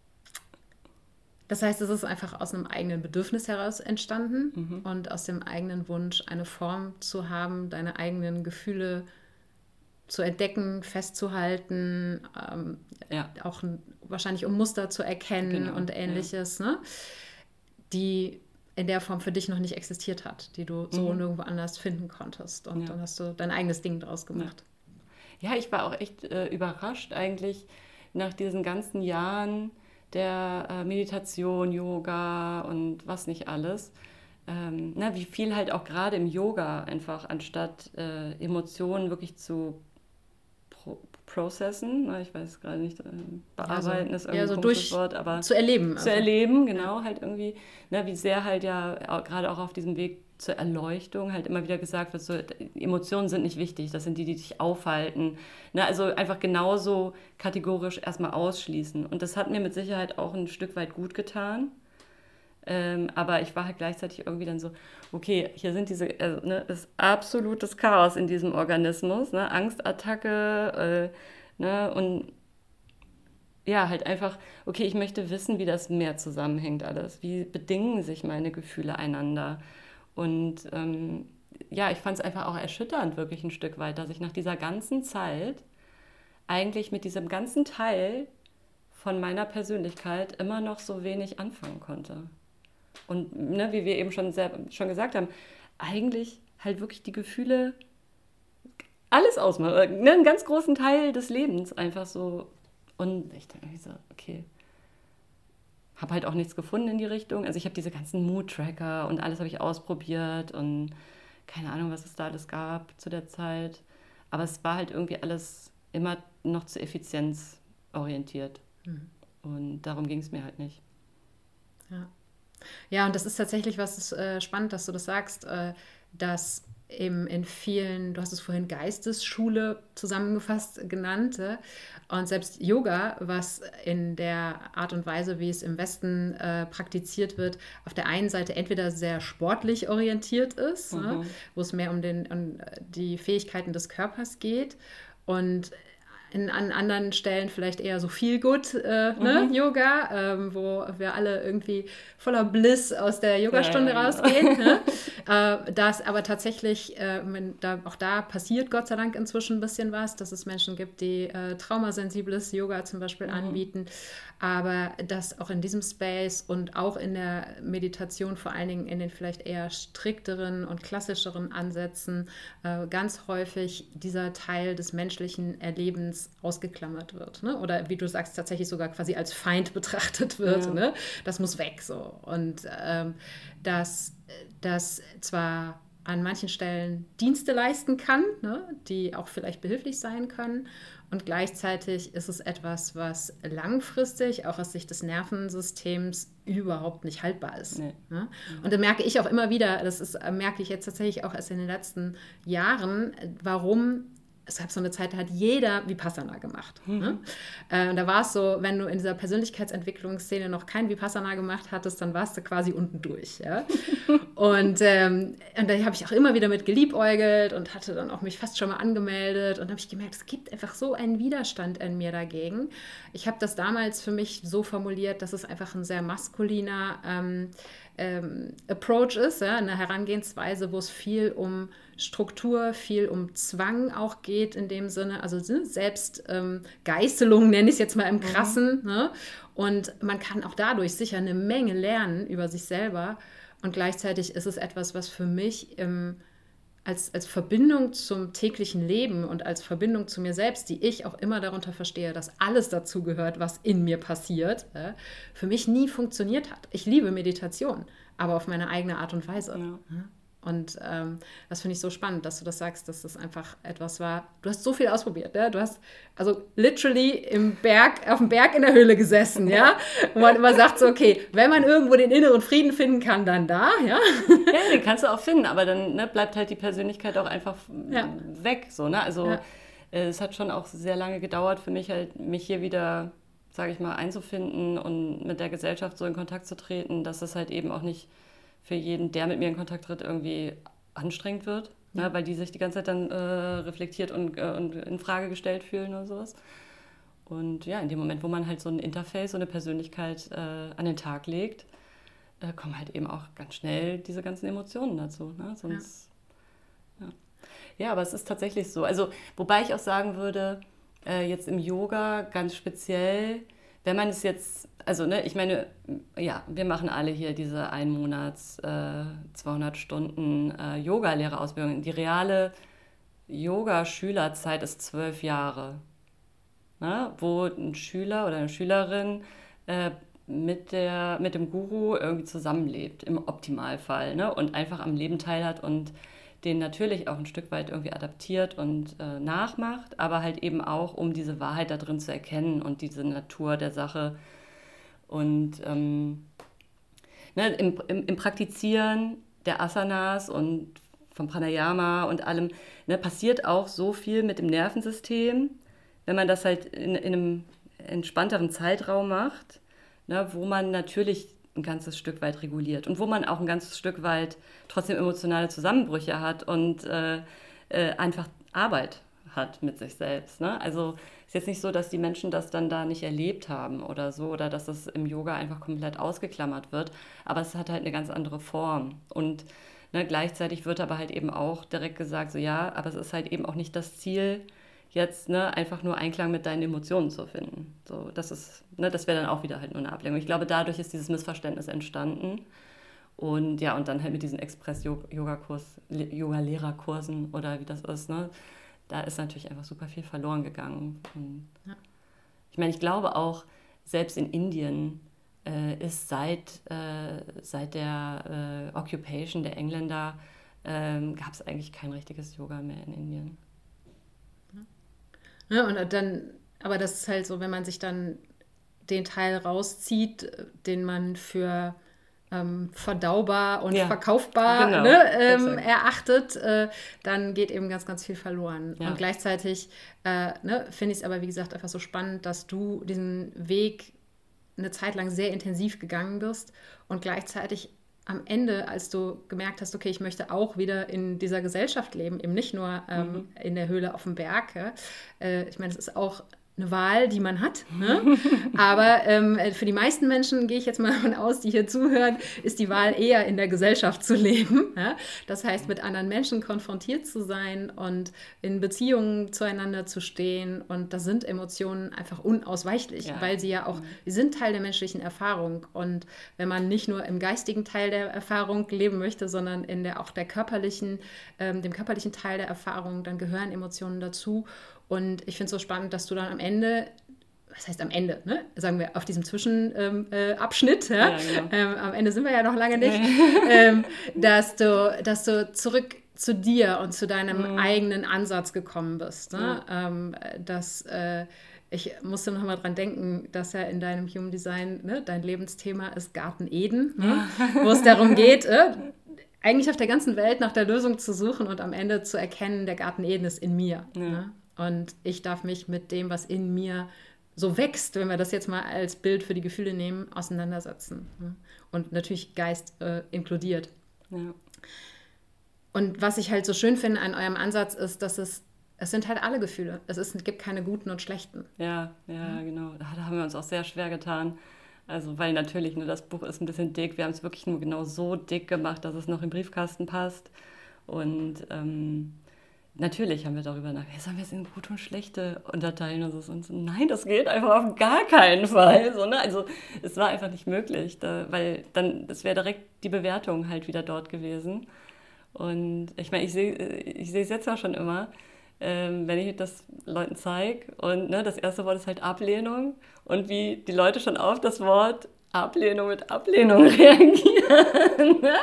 das heißt, es ist einfach aus einem eigenen Bedürfnis heraus entstanden mhm. und aus dem eigenen Wunsch, eine Form zu haben, deine eigenen Gefühle zu entdecken, festzuhalten, ähm, ja. auch ein, wahrscheinlich um Muster zu erkennen genau. und Ähnliches, ja. ne? Die in der Form für dich noch nicht existiert hat, die du so mhm. nirgendwo anders finden konntest. Und ja. dann hast du dein eigenes Ding draus gemacht.
Ja, ja ich war auch echt äh, überrascht eigentlich nach diesen ganzen Jahren der äh, Meditation, Yoga und was nicht alles. Ähm, na, wie viel halt auch gerade im Yoga einfach anstatt äh, Emotionen wirklich zu pro- processen, na, ich weiß gerade nicht, äh, bearbeiten ja, so, ist irgendwie ja, so ein komisches durch, Wort, aber
zu erleben.
Zu also. erleben, genau, ja. halt irgendwie, na, wie sehr halt ja auch, gerade auch auf diesem Weg zur Erleuchtung halt immer wieder gesagt wird, so, Emotionen sind nicht wichtig, das sind die, die dich aufhalten. Na, also einfach genauso kategorisch erstmal ausschließen. Und das hat mir mit Sicherheit auch ein Stück weit gut getan. Ähm, aber ich war halt gleichzeitig irgendwie dann so, okay, hier sind diese, also, ne, ist absolutes Chaos in diesem Organismus, ne, Angstattacke, äh, ne, und ja, halt einfach, okay, ich möchte wissen, wie das mehr zusammenhängt alles, wie bedingen sich meine Gefühle einander. Und ähm, ja, ich fand es einfach auch erschütternd, wirklich ein Stück weit, dass ich nach dieser ganzen Zeit eigentlich mit diesem ganzen Teil von meiner Persönlichkeit immer noch so wenig anfangen konnte. Und ne, wie wir eben schon, sehr, schon gesagt haben, eigentlich halt wirklich die Gefühle alles ausmachen, ne, einen ganz großen Teil des Lebens einfach so. Und ich dachte so, okay, habe halt auch nichts gefunden in die Richtung. Also ich habe diese ganzen Mood-Tracker und alles habe ich ausprobiert und keine Ahnung, was es da alles gab zu der Zeit. Aber es war halt irgendwie alles immer noch zu effizienzorientiert. Mhm. Und darum ging es mir halt nicht.
Ja. Ja, und das ist tatsächlich was ist, äh, spannend, dass du das sagst, äh, dass eben in vielen, du hast es vorhin Geistesschule zusammengefasst genannt, äh, und selbst Yoga, was in der Art und Weise, wie es im Westen äh, praktiziert wird, auf der einen Seite entweder sehr sportlich orientiert ist, mhm. ne, wo es mehr um, den, um die Fähigkeiten des Körpers geht und in, an anderen Stellen vielleicht eher so Feel-Good äh, mhm. ne, Yoga, ähm, wo wir alle irgendwie voller Bliss aus der Yogastunde ja, ja, rausgehen. Genau. Ne? äh, das aber tatsächlich, äh, wenn da, auch da passiert Gott sei Dank inzwischen ein bisschen was, dass es Menschen gibt, die äh, traumasensibles Yoga zum Beispiel mhm. anbieten, aber dass auch in diesem Space und auch in der Meditation, vor allen Dingen in den vielleicht eher strikteren und klassischeren Ansätzen, äh, ganz häufig dieser Teil des menschlichen Erlebens ausgeklammert wird, ne? Oder wie du sagst, tatsächlich sogar quasi als Feind betrachtet wird. Ja. Ne? Das muss weg so. Und ähm, dass das zwar an manchen Stellen Dienste leisten kann, ne? Die auch vielleicht behilflich sein können. Und gleichzeitig ist es etwas, was langfristig auch aus Sicht des Nervensystems überhaupt nicht haltbar ist. Nee. Ne? Und da merke ich auch immer wieder, das ist, merke ich jetzt tatsächlich auch erst in den letzten Jahren, warum es gab so eine Zeit, da hat jeder Vipassana gemacht. Mhm. Ne? Äh, da war es so, wenn du in dieser Persönlichkeitsentwicklungsszene noch kein Vipassana gemacht hattest, dann warst du quasi unten durch. Ja? und, ähm, und da habe ich auch immer wieder mit geliebäugelt und hatte dann auch mich fast schon mal angemeldet. Und habe ich gemerkt, es gibt einfach so einen Widerstand in mir dagegen. Ich habe das damals für mich so formuliert, dass es einfach ein sehr maskuliner ähm, ähm, Approach ist, ja? Eine Herangehensweise, wo es viel um Struktur, viel um Zwang auch geht in dem Sinne, also selbst ähm, Geißelung nenne ich es jetzt mal im Krassen. Mhm. Ne? Und man kann auch dadurch sicher eine Menge lernen über sich selber. Und gleichzeitig ist es etwas, was für mich im, als, als Verbindung zum täglichen Leben und als Verbindung zu mir selbst, die ich auch immer darunter verstehe, dass alles dazu gehört, was in mir passiert, äh, für mich nie funktioniert hat. Ich liebe Meditation, aber auf meine eigene Art und Weise. Ja. Und ähm, das finde ich so spannend, dass du das sagst, dass das einfach etwas war. Du hast so viel ausprobiert, ne? Du hast also literally im Berg, auf dem Berg in der Höhle gesessen, ja? Wo man immer sagt so, okay, wenn man irgendwo den inneren Frieden finden kann, dann da, ja?
Ja, den kannst du auch finden, aber dann ne, bleibt halt die Persönlichkeit auch einfach ja. weg, so, ne? Also ja. äh, es hat schon auch sehr lange gedauert für mich halt, mich hier wieder, sage ich mal, einzufinden und mit der Gesellschaft so in Kontakt zu treten, dass das halt eben auch nicht für jeden, der mit mir in Kontakt tritt, irgendwie anstrengend wird, ja. ne, weil die sich die ganze Zeit dann äh, reflektiert und, äh, und in Frage gestellt fühlen oder sowas. Und ja, in dem Moment, wo man halt so ein Interface, so eine Persönlichkeit äh, an den Tag legt, äh, kommen halt eben auch ganz schnell diese ganzen Emotionen dazu. Ne? Sonst, ja. Ja. ja, aber es ist tatsächlich so. Also, wobei ich auch sagen würde, äh, jetzt im Yoga ganz speziell, wenn man es jetzt, also ne, ich meine, ja, wir machen alle hier diese ein Monats, äh, zweihundert Stunden äh, Yoga-Lehrerausbildung. Die reale Yoga-Schülerzeit ist zwölf Jahre, ne, wo ein Schüler oder eine Schülerin äh, mit, der, mit dem Guru irgendwie zusammenlebt, im Optimalfall, ne, und einfach am Leben teilhat und den natürlich auch ein Stück weit irgendwie adaptiert und äh, nachmacht, aber halt eben auch, um diese Wahrheit da drin zu erkennen und diese Natur der Sache. Und ähm, ne, im, im, im Praktizieren der Asanas und vom Pranayama und allem ne, passiert auch so viel mit dem Nervensystem, wenn man das halt in, in einem entspannteren Zeitraum macht, ne, wo man natürlich ein ganzes Stück weit reguliert und wo man auch ein ganzes Stück weit trotzdem emotionale Zusammenbrüche hat und äh, äh, einfach Arbeit hat mit sich selbst. Ne? Also ist jetzt nicht so, dass die Menschen das dann da nicht erlebt haben oder so oder dass das im Yoga einfach komplett ausgeklammert wird, aber es hat halt eine ganz andere Form und ne, gleichzeitig wird aber halt eben auch direkt gesagt, so ja, aber es ist halt eben auch nicht das Ziel, jetzt ne, einfach nur Einklang mit deinen Emotionen zu finden. So, das ist, ne, das wäre dann auch wieder halt nur eine Ablenkung. Ich glaube, dadurch ist dieses Missverständnis entstanden. Und ja, und dann halt mit diesen Express-Yoga-Kurs, Yoga-Lehrerkursen oder wie das ist, ne, da ist natürlich einfach super viel verloren gegangen. Und ja. Ich meine, ich glaube auch, selbst in Indien äh, ist seit, äh, seit der äh, Occupation der Engländer äh, gab es eigentlich kein richtiges Yoga mehr in Indien.
Ja, und dann, aber das ist halt so, wenn man sich dann den Teil rauszieht, den man für ähm, verdaubar und ja, verkaufbar genau, ne, ähm, erachtet, äh, dann geht eben ganz, ganz viel verloren. Ja. Und gleichzeitig äh, ne, finde ich es aber, wie gesagt, einfach so spannend, dass du diesen Weg eine Zeit lang sehr intensiv gegangen bist und gleichzeitig am Ende, als du gemerkt hast, okay, ich möchte auch wieder in dieser Gesellschaft leben, eben nicht nur ähm, mhm. in der Höhle auf dem Berg. Ja. Äh, ich meine, es ist auch eine Wahl, die man hat. Ne? Aber ähm, für die meisten Menschen, gehe ich jetzt mal davon aus, die hier zuhören, ist die Wahl eher in der Gesellschaft zu leben. Ja? Das heißt, mit anderen Menschen konfrontiert zu sein und in Beziehungen zueinander zu stehen. Und da sind Emotionen einfach unausweichlich, ja. weil sie ja auch, sie sind Teil der menschlichen Erfahrung. Und wenn man nicht nur im geistigen Teil der Erfahrung leben möchte, sondern in der auch der körperlichen, ähm, dem körperlichen Teil der Erfahrung, dann gehören Emotionen dazu. Und ich finde es so spannend, dass du dann am Ende, was heißt am Ende, ne? Sagen wir auf diesem Zwischenabschnitt, ähm, äh, ja? ja, genau. ähm, am Ende sind wir ja noch lange nicht, ähm, dass, du, dass du zurück zu dir und zu deinem mhm. eigenen Ansatz gekommen bist. Ne? Ja. Ähm, dass, äh, ich musste noch mal dran denken, dass ja in deinem Human Design ne, dein Lebensthema ist Garten Eden, ne? Wo es darum geht, äh, eigentlich auf der ganzen Welt nach der Lösung zu suchen und am Ende zu erkennen, der Garten Eden ist in mir. Ja. Ne? Und ich darf mich mit dem, was in mir so wächst, wenn wir das jetzt mal als Bild für die Gefühle nehmen, auseinandersetzen. Ne? Und natürlich Geist äh, inkludiert. Ja. Und was ich halt so schön finde an eurem Ansatz ist, dass es, es sind halt alle Gefühle. Es ist, gibt keine guten und schlechten.
Ja, ja, ja, genau. Da haben wir uns auch sehr schwer getan. Also, weil natürlich, ne, das Buch ist ein bisschen dick. Wir haben es wirklich nur genau so dick gemacht, dass es noch im Briefkasten passt. Und ähm, natürlich haben wir darüber nachgedacht, sollen wir es in gute und schlechte unterteilen? Und so, und so. Nein, das geht einfach auf gar keinen Fall. So, ne? Also es war einfach nicht möglich, da, weil dann, das wäre direkt die Bewertung halt wieder dort gewesen. Und ich meine, ich sehe ich sehe es jetzt auch schon immer, ähm, wenn ich das Leuten zeige und ne, das erste Wort ist halt Ablehnung und wie die Leute schon auf das Wort Ablehnung mit Ablehnung reagieren. Ne?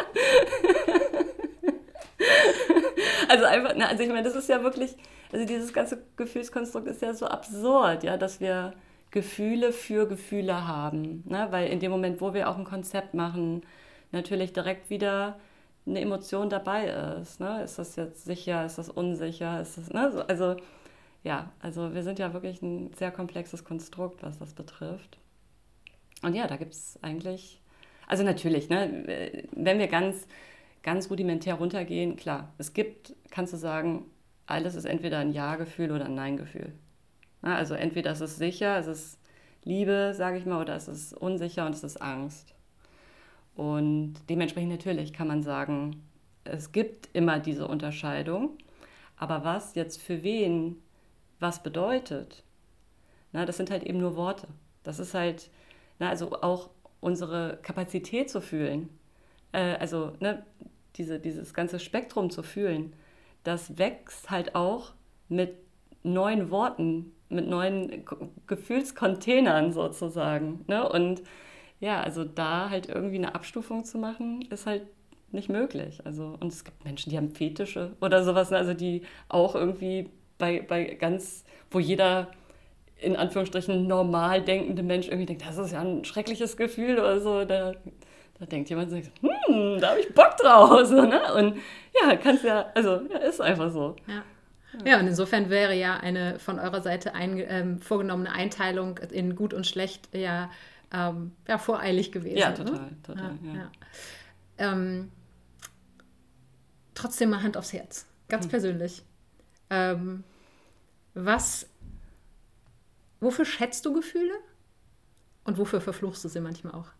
Also einfach, ne, also ich meine, das ist ja wirklich, also dieses ganze Gefühlskonstrukt ist ja so absurd, ja, dass wir Gefühle für Gefühle haben, ne? Weil in dem Moment, wo wir auch ein Konzept machen, natürlich direkt wieder eine Emotion dabei ist, ne? Ist das jetzt sicher, ist das unsicher, ist das, ne? Also ja, also wir sind ja wirklich ein sehr komplexes Konstrukt, was das betrifft. Und ja, da gibt es eigentlich, also natürlich, ne, wenn wir ganz ganz rudimentär runtergehen, klar, es gibt, kannst du sagen, alles ist entweder ein Ja-Gefühl oder ein Nein-Gefühl. Na, also entweder ist es sicher, es ist Liebe, sage ich mal, oder es ist unsicher und es ist Angst. Und dementsprechend natürlich kann man sagen, es gibt immer diese Unterscheidung, aber was jetzt für wen was bedeutet, na, das sind halt eben nur Worte. Das ist halt, na, also auch unsere Kapazität zu fühlen, also ne, diese, dieses ganze Spektrum zu fühlen, das wächst halt auch mit neuen Worten, mit neuen Gefühlscontainern sozusagen. Ne? Und ja, also da halt irgendwie eine Abstufung zu machen, ist halt nicht möglich. Also, und es gibt Menschen, die haben Fetische oder sowas, ne? Also die auch irgendwie bei, bei ganz, wo jeder in Anführungsstrichen normal denkende Mensch irgendwie denkt, das ist ja ein schreckliches Gefühl oder so, da Da denkt jemand, hm, da habe ich Bock drauf. So, ne? Und ja, kannst ja, also ja, ist einfach so.
Ja. Ja, und insofern wäre ja eine von eurer Seite ein, ähm, vorgenommene Einteilung in gut und schlecht ja, ähm, ja voreilig gewesen.
Ja, total,
ne?
total. Ja,
ja. Ja. Ähm, trotzdem mal Hand aufs Herz, ganz hm. persönlich. Ähm, was, wofür schätzt du Gefühle und wofür verfluchst du sie manchmal auch?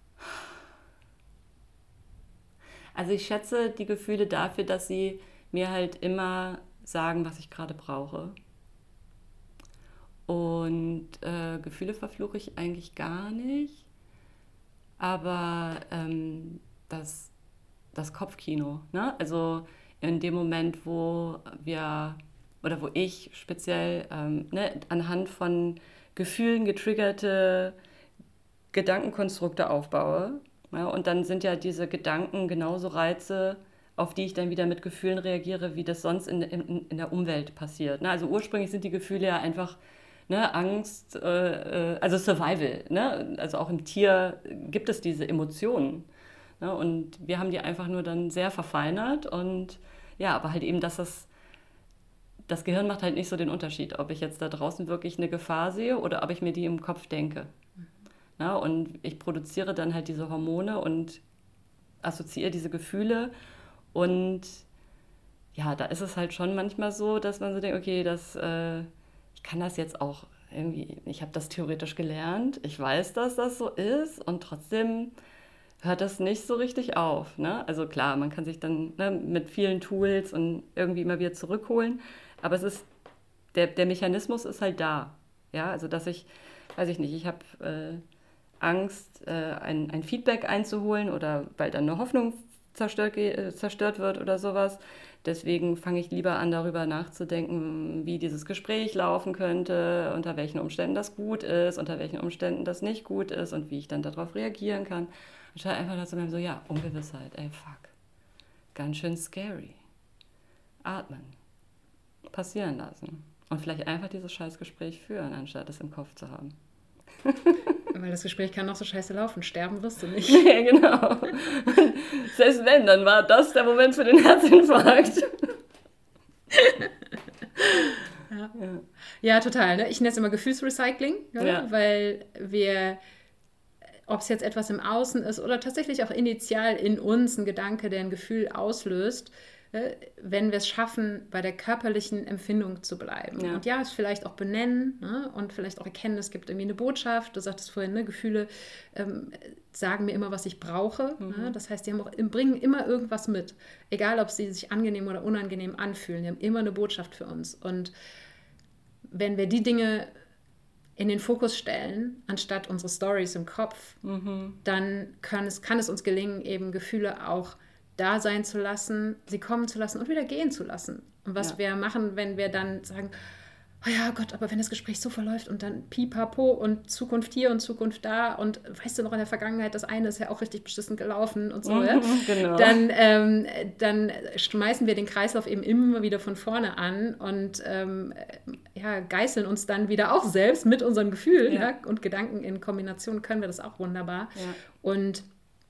Also ich schätze die Gefühle dafür, dass sie mir halt immer sagen, was ich gerade brauche. Und äh, Gefühle verfluche ich eigentlich gar nicht. Aber ähm, das, das Kopfkino, ne? Also in dem Moment, wo wir, oder wo ich speziell ähm, ne, anhand von Gefühlen getriggerte Gedankenkonstrukte aufbaue, ja, und dann sind ja diese Gedanken genauso Reize, auf die ich dann wieder mit Gefühlen reagiere, wie das sonst in, in, in der Umwelt passiert. Ne? Also ursprünglich sind die Gefühle ja einfach ne, Angst, äh, also Survival. Ne? Also auch im Tier gibt es diese Emotionen. Ne? Und wir haben die einfach nur dann sehr verfeinert. Und ja, aber halt eben, dass das, das Gehirn macht halt nicht so den Unterschied, ob ich jetzt da draußen wirklich eine Gefahr sehe oder ob ich mir die im Kopf denke. Ja, und ich produziere dann halt diese Hormone und assoziiere diese Gefühle. Und ja, da ist es halt schon manchmal so, dass man so denkt, okay, das, äh, ich kann das jetzt auch irgendwie, ich habe das theoretisch gelernt, ich weiß, dass das so ist und trotzdem hört das nicht so richtig auf. Ne? Also klar, man kann sich dann ne, mit vielen Tools und irgendwie immer wieder zurückholen, aber es ist, der, der Mechanismus ist halt da. Ja, also dass ich, weiß ich nicht, ich habe... Äh, Angst, äh, ein, ein Feedback einzuholen oder weil dann eine Hoffnung zerstört, äh, zerstört wird oder sowas. Deswegen fange ich lieber an, darüber nachzudenken, wie dieses Gespräch laufen könnte, unter welchen Umständen das gut ist, unter welchen Umständen das nicht gut ist und wie ich dann darauf reagieren kann. Anstatt einfach dazu bleiben, so, ja, Ungewissheit, ey, fuck. Ganz schön scary. Atmen. Passieren lassen. Und vielleicht einfach dieses Scheißgespräch führen, anstatt es im Kopf zu haben.
Weil das Gespräch kann noch so scheiße laufen, sterben wirst du nicht.
Nee, genau. Und selbst wenn, dann war das der Moment für den Herzinfarkt.
Ja. Ja. ja, total. Ne? Ich nenne es immer Gefühlsrecycling, ja? Ja. Weil wir, ob es jetzt etwas im Außen ist oder tatsächlich auch initial in uns ein Gedanke, der ein Gefühl auslöst, wenn wir es schaffen, bei der körperlichen Empfindung zu bleiben. Ja. Und ja, es vielleicht auch benennen, ne? Und vielleicht auch erkennen, es gibt irgendwie eine Botschaft. Du sagtest vorhin, ne? Gefühle ähm, sagen mir immer, was ich brauche. Mhm. Ne? Das heißt, die haben auch, bringen immer irgendwas mit. Egal, ob sie sich angenehm oder unangenehm anfühlen. Die haben immer eine Botschaft für uns. Und wenn wir die Dinge in den Fokus stellen, anstatt unsere Storys im Kopf, mhm. dann kann es, kann es uns gelingen, eben Gefühle auch da sein zu lassen, sie kommen zu lassen und wieder gehen zu lassen. Und was ja. wir machen, wenn wir dann sagen, oh ja Gott, aber wenn das Gespräch so verläuft und dann pipapo und Zukunft hier und Zukunft da und weißt du noch in der Vergangenheit, das eine ist ja auch richtig beschissen gelaufen und so, mhm, ja? Genau. Dann, ähm, dann schmeißen wir den Kreislauf eben immer wieder von vorne an und ähm, ja, geißeln uns dann wieder auch selbst mit unseren Gefühlen ja. Ja? Und Gedanken in Kombination können wir das auch wunderbar. Ja. Und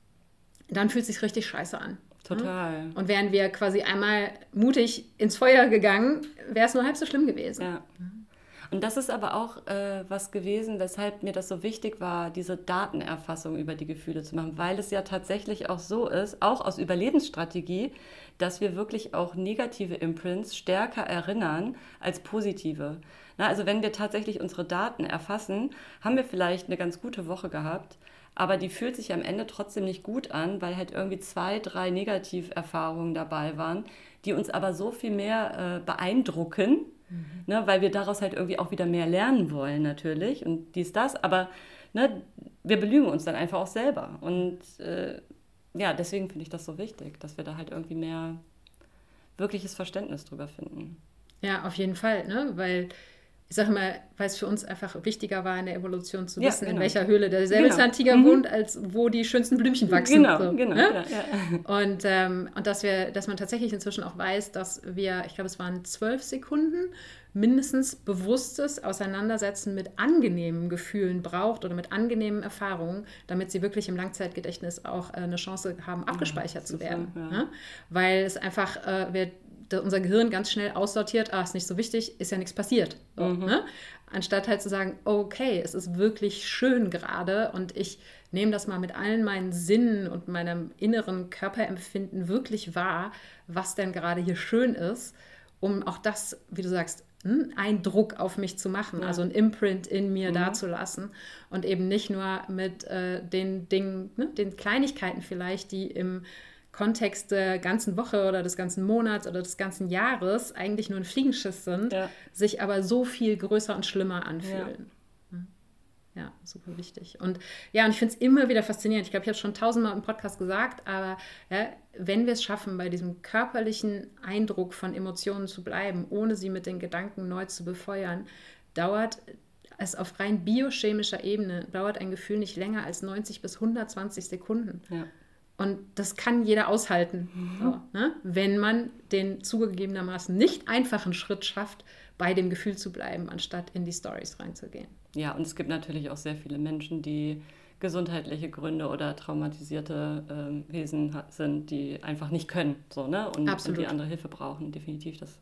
dann fühlt es sich richtig scheiße an.
Total.
Und wären wir quasi einmal mutig ins Feuer gegangen, wäre es nur halb so schlimm gewesen.
Ja. Und das ist aber auch äh, was gewesen, weshalb mir das so wichtig war, diese Datenerfassung über die Gefühle zu machen, weil es ja tatsächlich auch so ist, auch aus Überlebensstrategie, dass wir wirklich auch negative Imprints stärker erinnern als positive. Na, also wenn wir tatsächlich unsere Daten erfassen, haben wir vielleicht eine ganz gute Woche gehabt, aber die fühlt sich am Ende trotzdem nicht gut an, weil halt irgendwie zwei, drei Negativerfahrungen dabei waren, die uns aber so viel mehr äh, beeindrucken, mhm. ne, weil wir daraus halt irgendwie auch wieder mehr lernen wollen natürlich und dies, das, aber ne, wir belügen uns dann einfach auch selber und äh, ja, deswegen finde ich das so wichtig, dass wir da halt irgendwie mehr wirkliches Verständnis drüber finden.
Ja, auf jeden Fall, ne, weil ich sage mal, weil es für uns einfach wichtiger war, in der Evolution zu wissen, ja, genau. in welcher Höhle der Säbelzahntiger genau. wohnt, als wo die schönsten Blümchen wachsen.
Genau,
so,
genau.
Ne?
Ja, ja.
Und, ähm, und dass wir, dass man tatsächlich inzwischen auch weiß, dass wir, ich glaube, es waren zwölf Sekunden, mindestens bewusstes Auseinandersetzen mit angenehmen Gefühlen braucht oder mit angenehmen Erfahrungen, damit sie wirklich im Langzeitgedächtnis auch äh, eine Chance haben, abgespeichert ja, zu werden. So, ja. Ne? Weil es einfach, äh, wir unser Gehirn ganz schnell aussortiert, ah, ist nicht so wichtig, ist ja nichts passiert. So, mhm. ne? Anstatt halt zu sagen, okay, es ist wirklich schön gerade und ich nehme das mal mit allen meinen Sinnen und meinem inneren Körperempfinden wirklich wahr, was denn gerade hier schön ist, um auch das, wie du sagst, einen Druck auf mich zu machen, ja. also ein Imprint in mir mhm. dazulassen und eben nicht nur mit äh, den Dingen, ne, den Kleinigkeiten vielleicht, die im Kontext der ganzen Woche oder des ganzen Monats oder des ganzen Jahres eigentlich nur ein Fliegenschiss sind, ja. sich aber so viel größer und schlimmer anfühlen. Ja, ja super wichtig. Und ja, und ich finde es immer wieder faszinierend. Ich glaube, ich habe es schon tausendmal im Podcast gesagt, aber ja, wenn wir es schaffen, bei diesem körperlichen Eindruck von Emotionen zu bleiben, ohne sie mit den Gedanken neu zu befeuern, dauert es auf rein biochemischer Ebene, dauert ein Gefühl nicht länger als neunzig bis hundertzwanzig Sekunden. Ja. Und das kann jeder aushalten, mhm. so, ne? Wenn man den zugegebenermaßen nicht einfachen Schritt schafft, bei dem Gefühl zu bleiben, anstatt in die Storys reinzugehen.
Ja, und es gibt natürlich auch sehr viele Menschen, die gesundheitliche Gründe oder traumatisierte äh, Wesen sind, die einfach nicht können, so, ne? Und, und die andere Hilfe brauchen, definitiv. Das.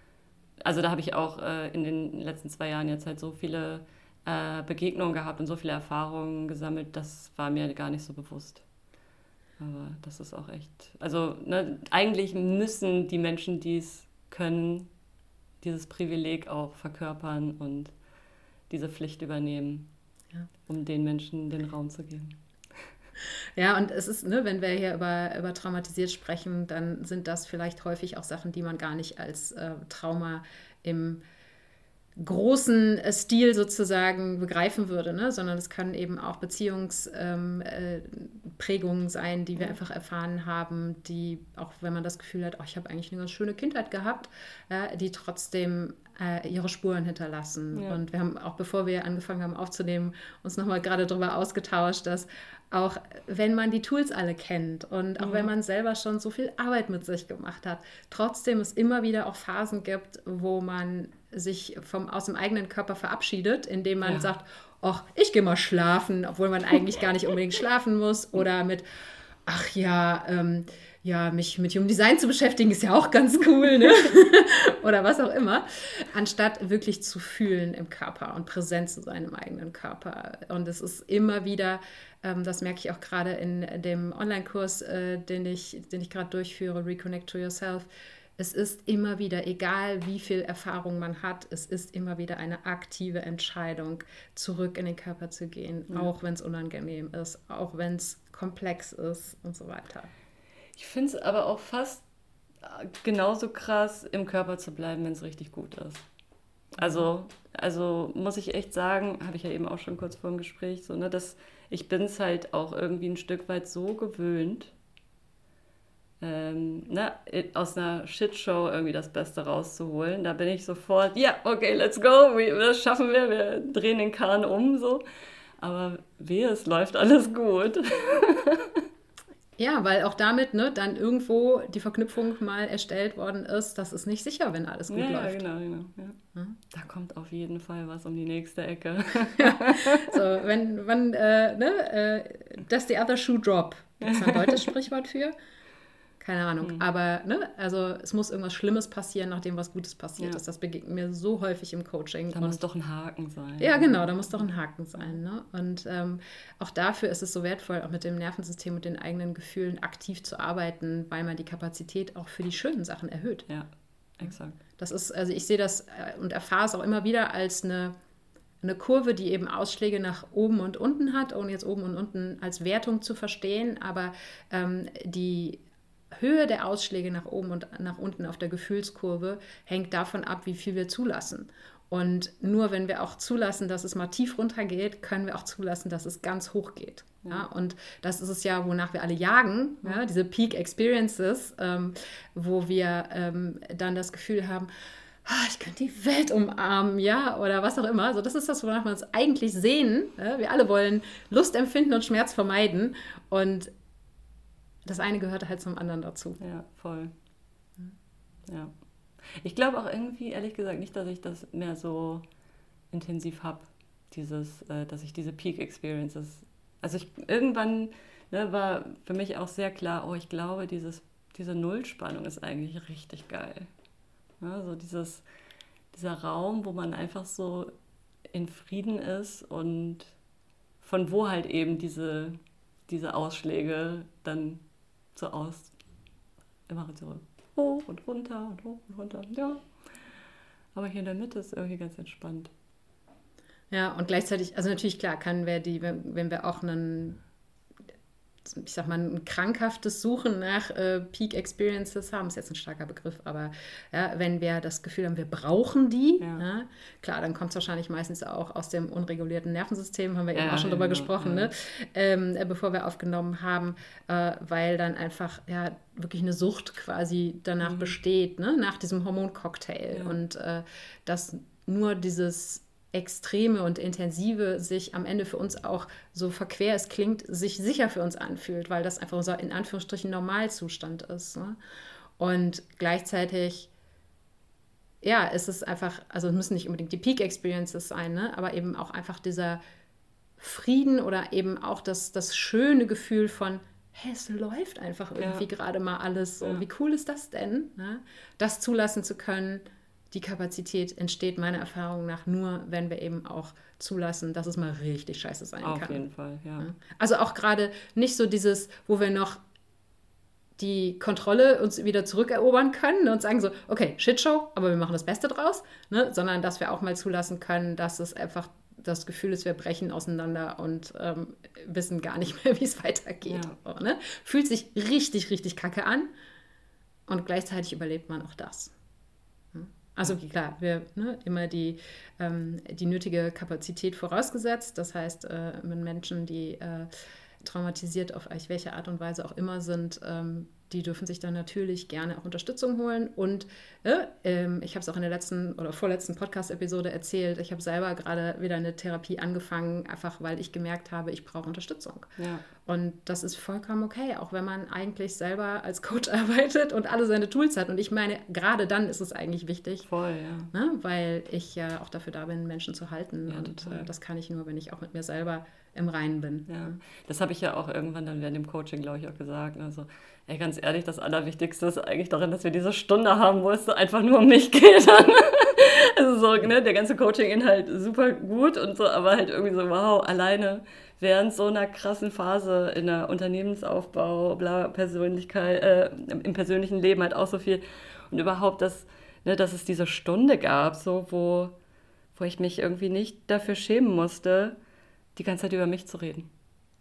Also da habe ich auch äh, in den letzten zwei Jahren jetzt halt so viele äh, Begegnungen gehabt und so viele Erfahrungen gesammelt, das war mir gar nicht so bewusst. Aber das ist auch echt, also ne, eigentlich müssen die Menschen, die es können, dieses Privileg auch verkörpern und diese Pflicht übernehmen, ja. um den Menschen den Raum zu geben.
Ja, und es ist, ne, wenn wir hier über, über traumatisiert sprechen, dann sind das vielleicht häufig auch Sachen, die man gar nicht als äh, Trauma im großen Stil sozusagen begreifen würde, ne? Sondern es können eben auch Beziehungsprägungen ähm, äh, sein, die wir mhm. einfach erfahren haben, die, auch wenn man das Gefühl hat, oh, ich habe eigentlich eine ganz schöne Kindheit gehabt, äh, die trotzdem äh, ihre Spuren hinterlassen. Ja. Und wir haben auch, bevor wir angefangen haben aufzunehmen, uns nochmal gerade darüber ausgetauscht, dass auch wenn man die Tools alle kennt und auch
Mhm.
wenn man selber schon so viel Arbeit mit sich gemacht hat, trotzdem es immer wieder auch Phasen gibt, wo man sich vom, aus dem eigenen Körper verabschiedet, indem man
Ja.
sagt, ach, ich gehe mal schlafen, obwohl man eigentlich gar nicht unbedingt schlafen muss, oder mit, ach ja, ähm, ja, mich mit Human Design zu beschäftigen, ist ja auch ganz cool, ne? Oder was auch immer, anstatt wirklich zu fühlen im Körper und präsent zu sein im eigenen Körper. Und es ist immer wieder, ähm, das merke ich auch gerade in dem Online-Kurs, äh, den ich, den ich gerade durchführe, Reconnect to Yourself, es ist immer wieder, egal wie viel Erfahrung man hat, es ist immer wieder eine aktive Entscheidung, zurück in den Körper zu gehen,
Ja.
auch wenn es unangenehm ist, auch wenn es komplex ist und so weiter.
Ich finde es aber auch fast genauso krass, im Körper zu bleiben, wenn es richtig gut ist. Also, also muss ich echt sagen, habe ich ja eben auch schon kurz vor dem Gespräch, so, ne, dass ich bin es halt auch irgendwie ein Stück weit so gewöhnt, ähm, ne, aus einer Shitshow irgendwie das Beste rauszuholen. Da bin ich sofort, ja, okay, let's go, wir, das schaffen wir, wir drehen den Kahn um, so. Aber wehe, es läuft alles gut.
Ja, weil auch damit ne, dann irgendwo die Verknüpfung mal erstellt worden ist, das ist nicht sicher, wenn alles gut
Ja, ja,
läuft.
genau, genau. Ja. Da kommt auf jeden Fall was um die nächste Ecke.
So, wenn, wenn äh, ne, äh, does the other shoe drop? Gibt es ein deutsches Sprichwort für? Keine Ahnung.
Hm.
Aber ne, also es muss irgendwas Schlimmes passieren, nachdem was Gutes passiert
Ja.
ist. Das begegnet mir so häufig im Coaching.
Da
Und
muss doch ein Haken sein.
ja, genau, da muss doch ein Haken sein. Ne? Und ähm, auch dafür ist es so wertvoll, auch mit dem Nervensystem und den eigenen Gefühlen aktiv zu arbeiten, weil man die Kapazität auch für die schönen Sachen erhöht.
Ja, exakt.
Das ist, also ich sehe das äh, und erfahre es auch immer wieder als eine, eine Kurve, die eben Ausschläge nach oben und unten hat, ohne jetzt oben und unten als Wertung zu verstehen, aber ähm, die Höhe der Ausschläge nach oben und nach unten auf der Gefühlskurve hängt davon ab, wie viel wir zulassen. Und nur wenn wir auch zulassen, dass es mal tief runter geht, können wir auch zulassen, dass es ganz hoch geht. Ja. Ja, und das ist es ja, wonach wir alle jagen, ja, diese Peak Experiences, ähm, wo wir ähm, dann das Gefühl haben, ah, ich könnte die Welt umarmen, ja, oder was auch immer. Also das ist das, wonach wir uns eigentlich sehnen. Ja? Wir alle wollen Lust empfinden und Schmerz vermeiden. Und das eine gehört halt zum anderen dazu.
Ja, voll. Ja. Ich glaube auch irgendwie, ehrlich gesagt, nicht, dass ich das mehr so intensiv habe, dieses, äh, dass ich diese Peak Experiences, also ich irgendwann ne, war für mich auch sehr klar, oh, ich glaube, dieses, diese Nullspannung ist eigentlich richtig geil. Ja, so dieses, dieser Raum, wo man einfach so in Frieden ist und von wo halt eben diese, diese Ausschläge dann so aus, immer so hoch und runter und hoch und runter, ja. Aber hier in der Mitte ist irgendwie ganz entspannt.
Ja, und gleichzeitig, also natürlich klar, kann wir die, wenn, wenn wir auch einen, ich sag mal, ein krankhaftes Suchen nach äh, Peak Experiences haben, ist jetzt ein starker Begriff, aber ja, wenn wir das Gefühl haben, wir brauchen die,
Ja.
ja, klar, dann kommt es wahrscheinlich meistens auch aus dem unregulierten Nervensystem, haben wir eben
Ja,
auch schon
ja,
drüber
genau,
gesprochen,
ja.
ne? ähm, äh, bevor wir aufgenommen haben, äh, weil dann einfach ja wirklich eine Sucht quasi danach
Mhm.
besteht, ne? Nach diesem Hormoncocktail
Ja.
und äh, dass nur dieses Extreme und Intensive sich am Ende für uns auch, so verquer es klingt, sich sicher für uns anfühlt, weil das einfach unser in Anführungsstrichen Normalzustand ist. Ne? Und gleichzeitig, ja, ist es einfach, also es müssen nicht unbedingt die Peak-Experiences sein, ne? Aber eben auch einfach dieser Frieden oder eben auch das, das schöne Gefühl von, hey, es läuft einfach irgendwie
Ja.
gerade mal alles so.
Ja.
Wie cool ist das denn? Ne? Das zulassen zu können. Die Kapazität entsteht meiner Erfahrung nach nur, wenn wir eben auch zulassen, dass es mal richtig scheiße sein
Auf
kann.
jeden Fall, ja.
Ja. Also auch gerade nicht so dieses, wo wir noch die Kontrolle uns wieder zurückerobern können und sagen so, okay, Shitshow, aber wir machen das Beste draus, ne? Sondern dass wir auch mal zulassen können, dass es einfach das Gefühl ist, wir brechen auseinander und ähm, wissen gar nicht mehr, wie es weitergeht.
Ja.
So, ne? Fühlt sich richtig, richtig kacke an und gleichzeitig überlebt man auch das. Also klar, wir ne, immer die, ähm, die nötige Kapazität vorausgesetzt. Das heißt, äh, mit Menschen, die äh, traumatisiert auf welche Art und Weise auch immer sind, ähm, die dürfen sich dann natürlich gerne auch Unterstützung holen. Und äh, ähm, ich habe es auch in der letzten oder vorletzten Podcast-Episode erzählt, ich habe selber gerade wieder eine Therapie angefangen, einfach weil ich gemerkt habe, ich brauche Unterstützung.
Ja.
Und das ist vollkommen okay, auch wenn man eigentlich selber als Coach arbeitet und alle seine Tools hat. Und ich meine, gerade dann ist es eigentlich wichtig,
Voll, ja.
ne? Weil ich ja auch dafür da bin, Menschen zu halten.
Ja,
und
total.
äh, das kann ich nur, wenn ich auch mit mir selber im Reinen bin.
Ja, das habe ich ja auch irgendwann dann während dem Coaching, glaube ich, auch gesagt. Also, ey, ganz ehrlich, das Allerwichtigste ist eigentlich darin, dass wir diese Stunde haben, wo es so einfach nur um mich geht. Also so, ne, der ganze Coaching-Inhalt super gut und so, aber halt irgendwie so, wow, alleine während so einer krassen Phase in der Unternehmensaufbau, bla, Persönlichkeit, äh, im persönlichen Leben halt auch so viel. Und überhaupt, dass, ne, dass es diese Stunde gab, so, wo, wo ich mich irgendwie nicht dafür schämen musste, die ganze Zeit über mich zu reden.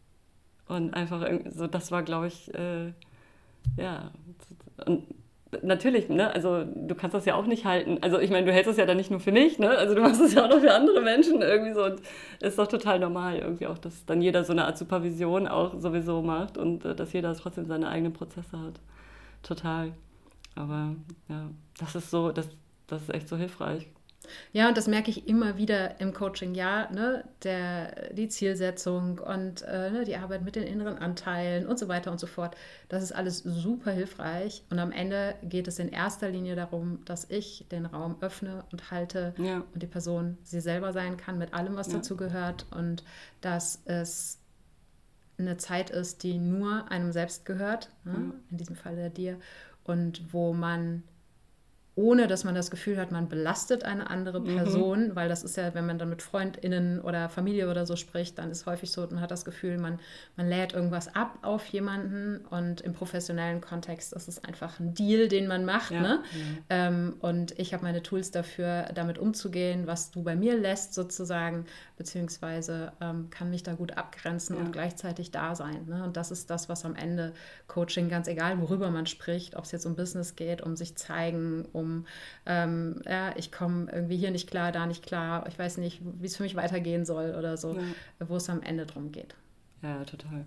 Und einfach irgendwie so, das war, glaube ich, äh, ja, und natürlich, ne, also du kannst das ja auch nicht halten. Also ich meine, du hältst das ja dann nicht nur für mich, ne, also du machst es ja auch noch für andere Menschen irgendwie so und es ist doch total normal irgendwie auch, dass dann jeder so eine Art Supervision auch sowieso macht und äh, dass jeder trotzdem seine eigenen Prozesse hat. Total. Aber ja, das ist so, das, das ist echt so hilfreich.
Ja, und das merke ich immer wieder im Coaching, ja, ne, der, die Zielsetzung und äh, ne, die Arbeit mit den inneren Anteilen und so weiter und so fort. Das ist alles super hilfreich und am Ende geht es in erster Linie darum, dass ich den Raum öffne und halte
Ja.
und die Person sie selber sein kann mit allem, was
Ja.
dazu gehört und dass es eine Zeit ist, die nur einem selbst gehört, ne,
Mhm.
in diesem Fall dir, und wo man ohne dass man das Gefühl hat, man belastet eine andere Person, mhm. weil das ist ja, wenn man dann mit FreundInnen oder Familie oder so spricht, dann ist häufig so, man hat das Gefühl, man, man lädt irgendwas ab auf jemanden und im professionellen Kontext ist es einfach ein Deal, den man macht.
Ja,
ne?
ja.
Ähm, und ich habe meine Tools dafür, damit umzugehen, was du bei mir lässt sozusagen, beziehungsweise ähm, kann mich da gut abgrenzen
Ja.
und gleichzeitig da sein. Ne? Und das ist das, was am Ende Coaching, ganz egal, worüber man spricht, ob es jetzt um Business geht, um sich zeigen, um Ähm, ja, ich komme irgendwie hier nicht klar, da nicht klar, ich weiß nicht, wie es für mich weitergehen soll oder so,
Ja.
wo es am Ende drum geht.
Ja, total.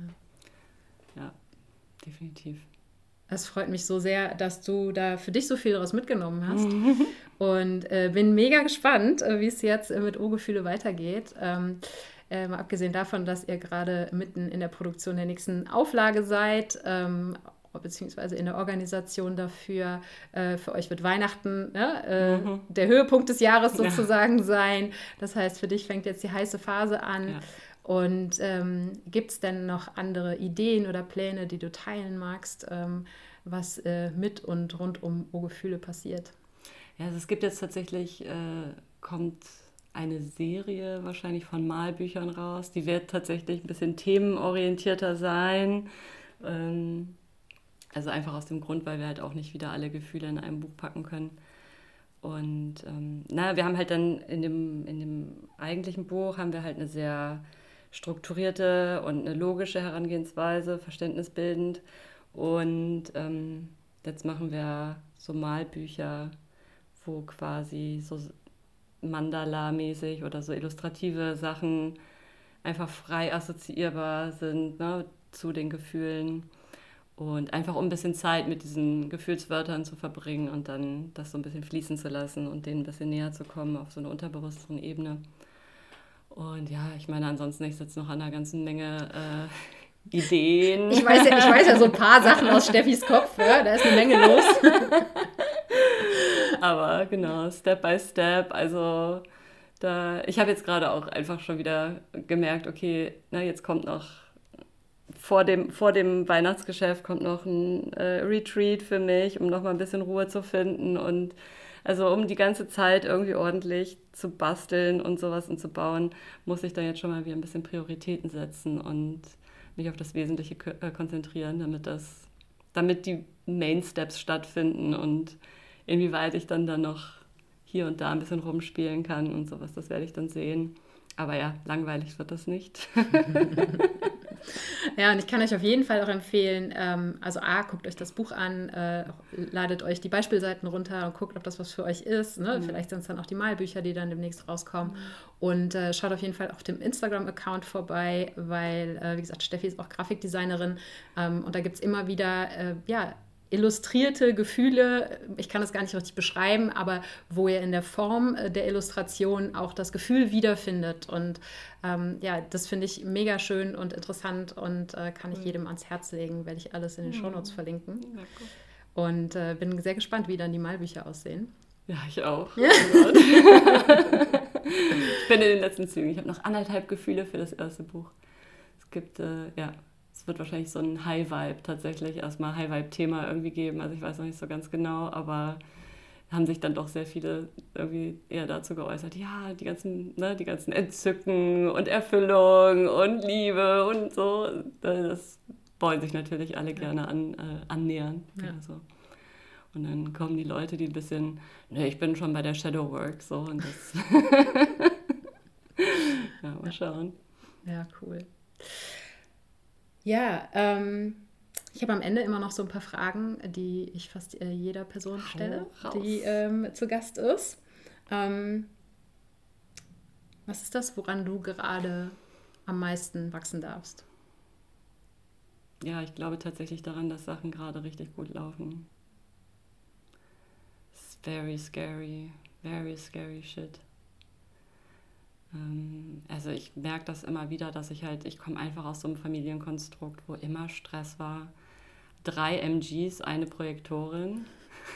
Ja, ja, definitiv.
Es freut mich so sehr, dass du da für dich so viel daraus mitgenommen hast und äh, bin mega gespannt, äh, wie es jetzt äh, mit O-Gefühle weitergeht. Ähm, äh, mal abgesehen davon, dass ihr gerade mitten in der Produktion der nächsten Auflage seid, ähm, beziehungsweise in der Organisation dafür. Äh, für euch wird Weihnachten ne, äh, mhm. der Höhepunkt des Jahres sozusagen ja. sein. Das heißt, für dich fängt jetzt die heiße Phase an. Ja. Und ähm, gibt es denn noch andere Ideen oder Pläne, die du teilen magst, ähm, was äh, mit und rund um O-Gefühle passiert?
Ja, also es gibt jetzt tatsächlich, äh, kommt eine Serie wahrscheinlich von Malbüchern raus. Die wird tatsächlich ein bisschen themenorientierter sein. Ähm, Also einfach aus dem Grund, weil wir halt auch nicht wieder alle Gefühle in einem Buch packen können. Und ähm, na, wir haben halt dann in dem, in dem eigentlichen Buch haben wir halt eine sehr strukturierte und eine logische Herangehensweise, verständnisbildend. Und ähm, jetzt machen wir so Malbücher, wo quasi so Mandala-mäßig oder so illustrative Sachen einfach frei assoziierbar sind, ne, zu den Gefühlen. Und einfach um ein bisschen Zeit mit diesen Gefühlswörtern zu verbringen und dann das so ein bisschen fließen zu lassen und denen ein bisschen näher zu kommen auf so einer unterbewussteren Ebene. Und ja, ich meine, ansonsten, ich sitze noch an einer ganzen Menge äh, Ideen.
Ich weiß, ja, ich weiß ja so ein paar Sachen aus Steffis Kopf, ja, da ist eine Menge los.
Aber genau, Step by Step, also da, ich habe jetzt gerade auch einfach schon wieder gemerkt, okay, na, jetzt kommt noch Vor dem, vor dem Weihnachtsgeschäft kommt noch ein äh, Retreat für mich, um noch mal ein bisschen Ruhe zu finden und also um die ganze Zeit irgendwie ordentlich zu basteln und sowas und zu bauen, muss ich dann jetzt schon mal wieder ein bisschen Prioritäten setzen und mich auf das Wesentliche k- äh, konzentrieren, damit das, damit die Main Steps stattfinden und inwieweit ich dann da noch hier und da ein bisschen rumspielen kann und sowas, das werde ich dann sehen. Aber ja, langweilig wird das nicht.
Ja, und ich kann euch auf jeden Fall auch empfehlen, ähm, also A, guckt euch das Buch an, äh, ladet euch die Beispielseiten runter und guckt, ob das was für euch ist. Ne? Mhm. Vielleicht sind es dann auch die Malbücher, die dann demnächst rauskommen. Mhm. Und äh, schaut auf jeden Fall auf dem Instagram-Account vorbei, weil, äh, wie gesagt, Steffi ist auch Grafikdesignerin ähm, und da gibt es immer wieder, äh, ja, illustrierte Gefühle, ich kann das gar nicht richtig beschreiben, aber wo ihr in der Form der Illustration auch das Gefühl wiederfindet. Und ähm, ja, das finde ich mega schön und interessant und äh, kann ich jedem ans Herz legen, werde ich alles in den Shownotes verlinken. Und äh, bin sehr gespannt, wie dann die Malbücher aussehen.
Ja, ich auch. Ja. Oh Gott. Ich bin in den letzten Zügen. Ich habe noch anderthalb Gefühle für das erste Buch. Es gibt, äh, ja... Es wird wahrscheinlich so ein High-Vibe tatsächlich, erstmal High-Vibe-Thema irgendwie geben. Also ich weiß noch nicht so ganz genau, aber haben sich dann doch sehr viele irgendwie eher dazu geäußert, ja, die ganzen, ne, die ganzen Entzücken und Erfüllung und Liebe und so, das wollen sich natürlich alle gerne an, äh, annähern. Ja. Ja, so. Und dann kommen die Leute, die ein bisschen, ne, ich bin schon bei der Shadowwork, so und das. Ja, mal schauen.
Ja, cool. Ja, ähm, ich habe am Ende immer noch so ein paar Fragen, die ich fast äh, jeder Person stelle, Raus. die ähm, zu Gast ist. Ähm, was ist das, woran du gerade am meisten wachsen darfst?
Ja, ich glaube tatsächlich daran, dass Sachen gerade richtig gut laufen. It's very scary, very scary shit. Also ich merke das immer wieder, dass ich halt, ich komme einfach aus so einem Familienkonstrukt, wo immer Stress war. Drei M Gs, eine Projektorin.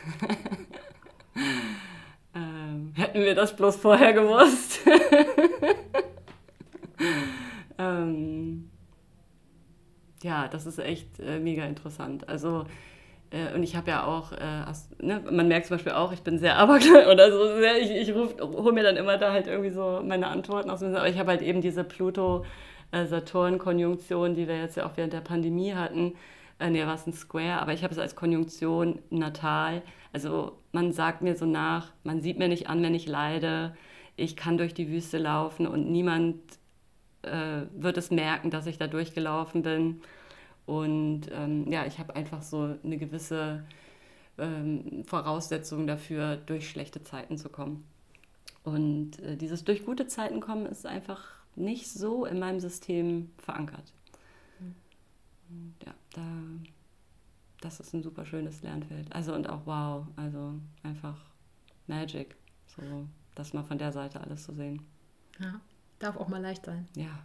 ähm, hätten wir das bloß vorher gewusst. ähm, ja, das ist echt äh, mega interessant. Also Äh, und ich habe ja auch, äh, aus, ne, man merkt zum Beispiel auch, ich bin sehr abergläubisch oder so, sehr, ich, ich hole mir dann immer da halt irgendwie so meine Antworten aus. Aber ich habe halt eben diese Pluto-Saturn-Konjunktion, die wir jetzt ja auch während der Pandemie hatten. Äh, nee, war es ein Square, aber ich habe es als Konjunktion natal. Also man sagt mir so nach, man sieht mir nicht an, wenn ich leide. Ich kann durch die Wüste laufen und niemand äh, wird es merken, dass ich da durchgelaufen bin. Und ähm, ja, ich habe einfach so eine gewisse ähm, Voraussetzung dafür, durch schlechte Zeiten zu kommen. Und äh, dieses durch gute Zeiten kommen ist einfach nicht so in meinem System verankert. Mhm. Und ja, da, das ist ein super schönes Lernfeld. Also und auch wow, also einfach Magic, so das mal von der Seite alles zu sehen.
Ja, darf auch mal leicht sein.
Ja.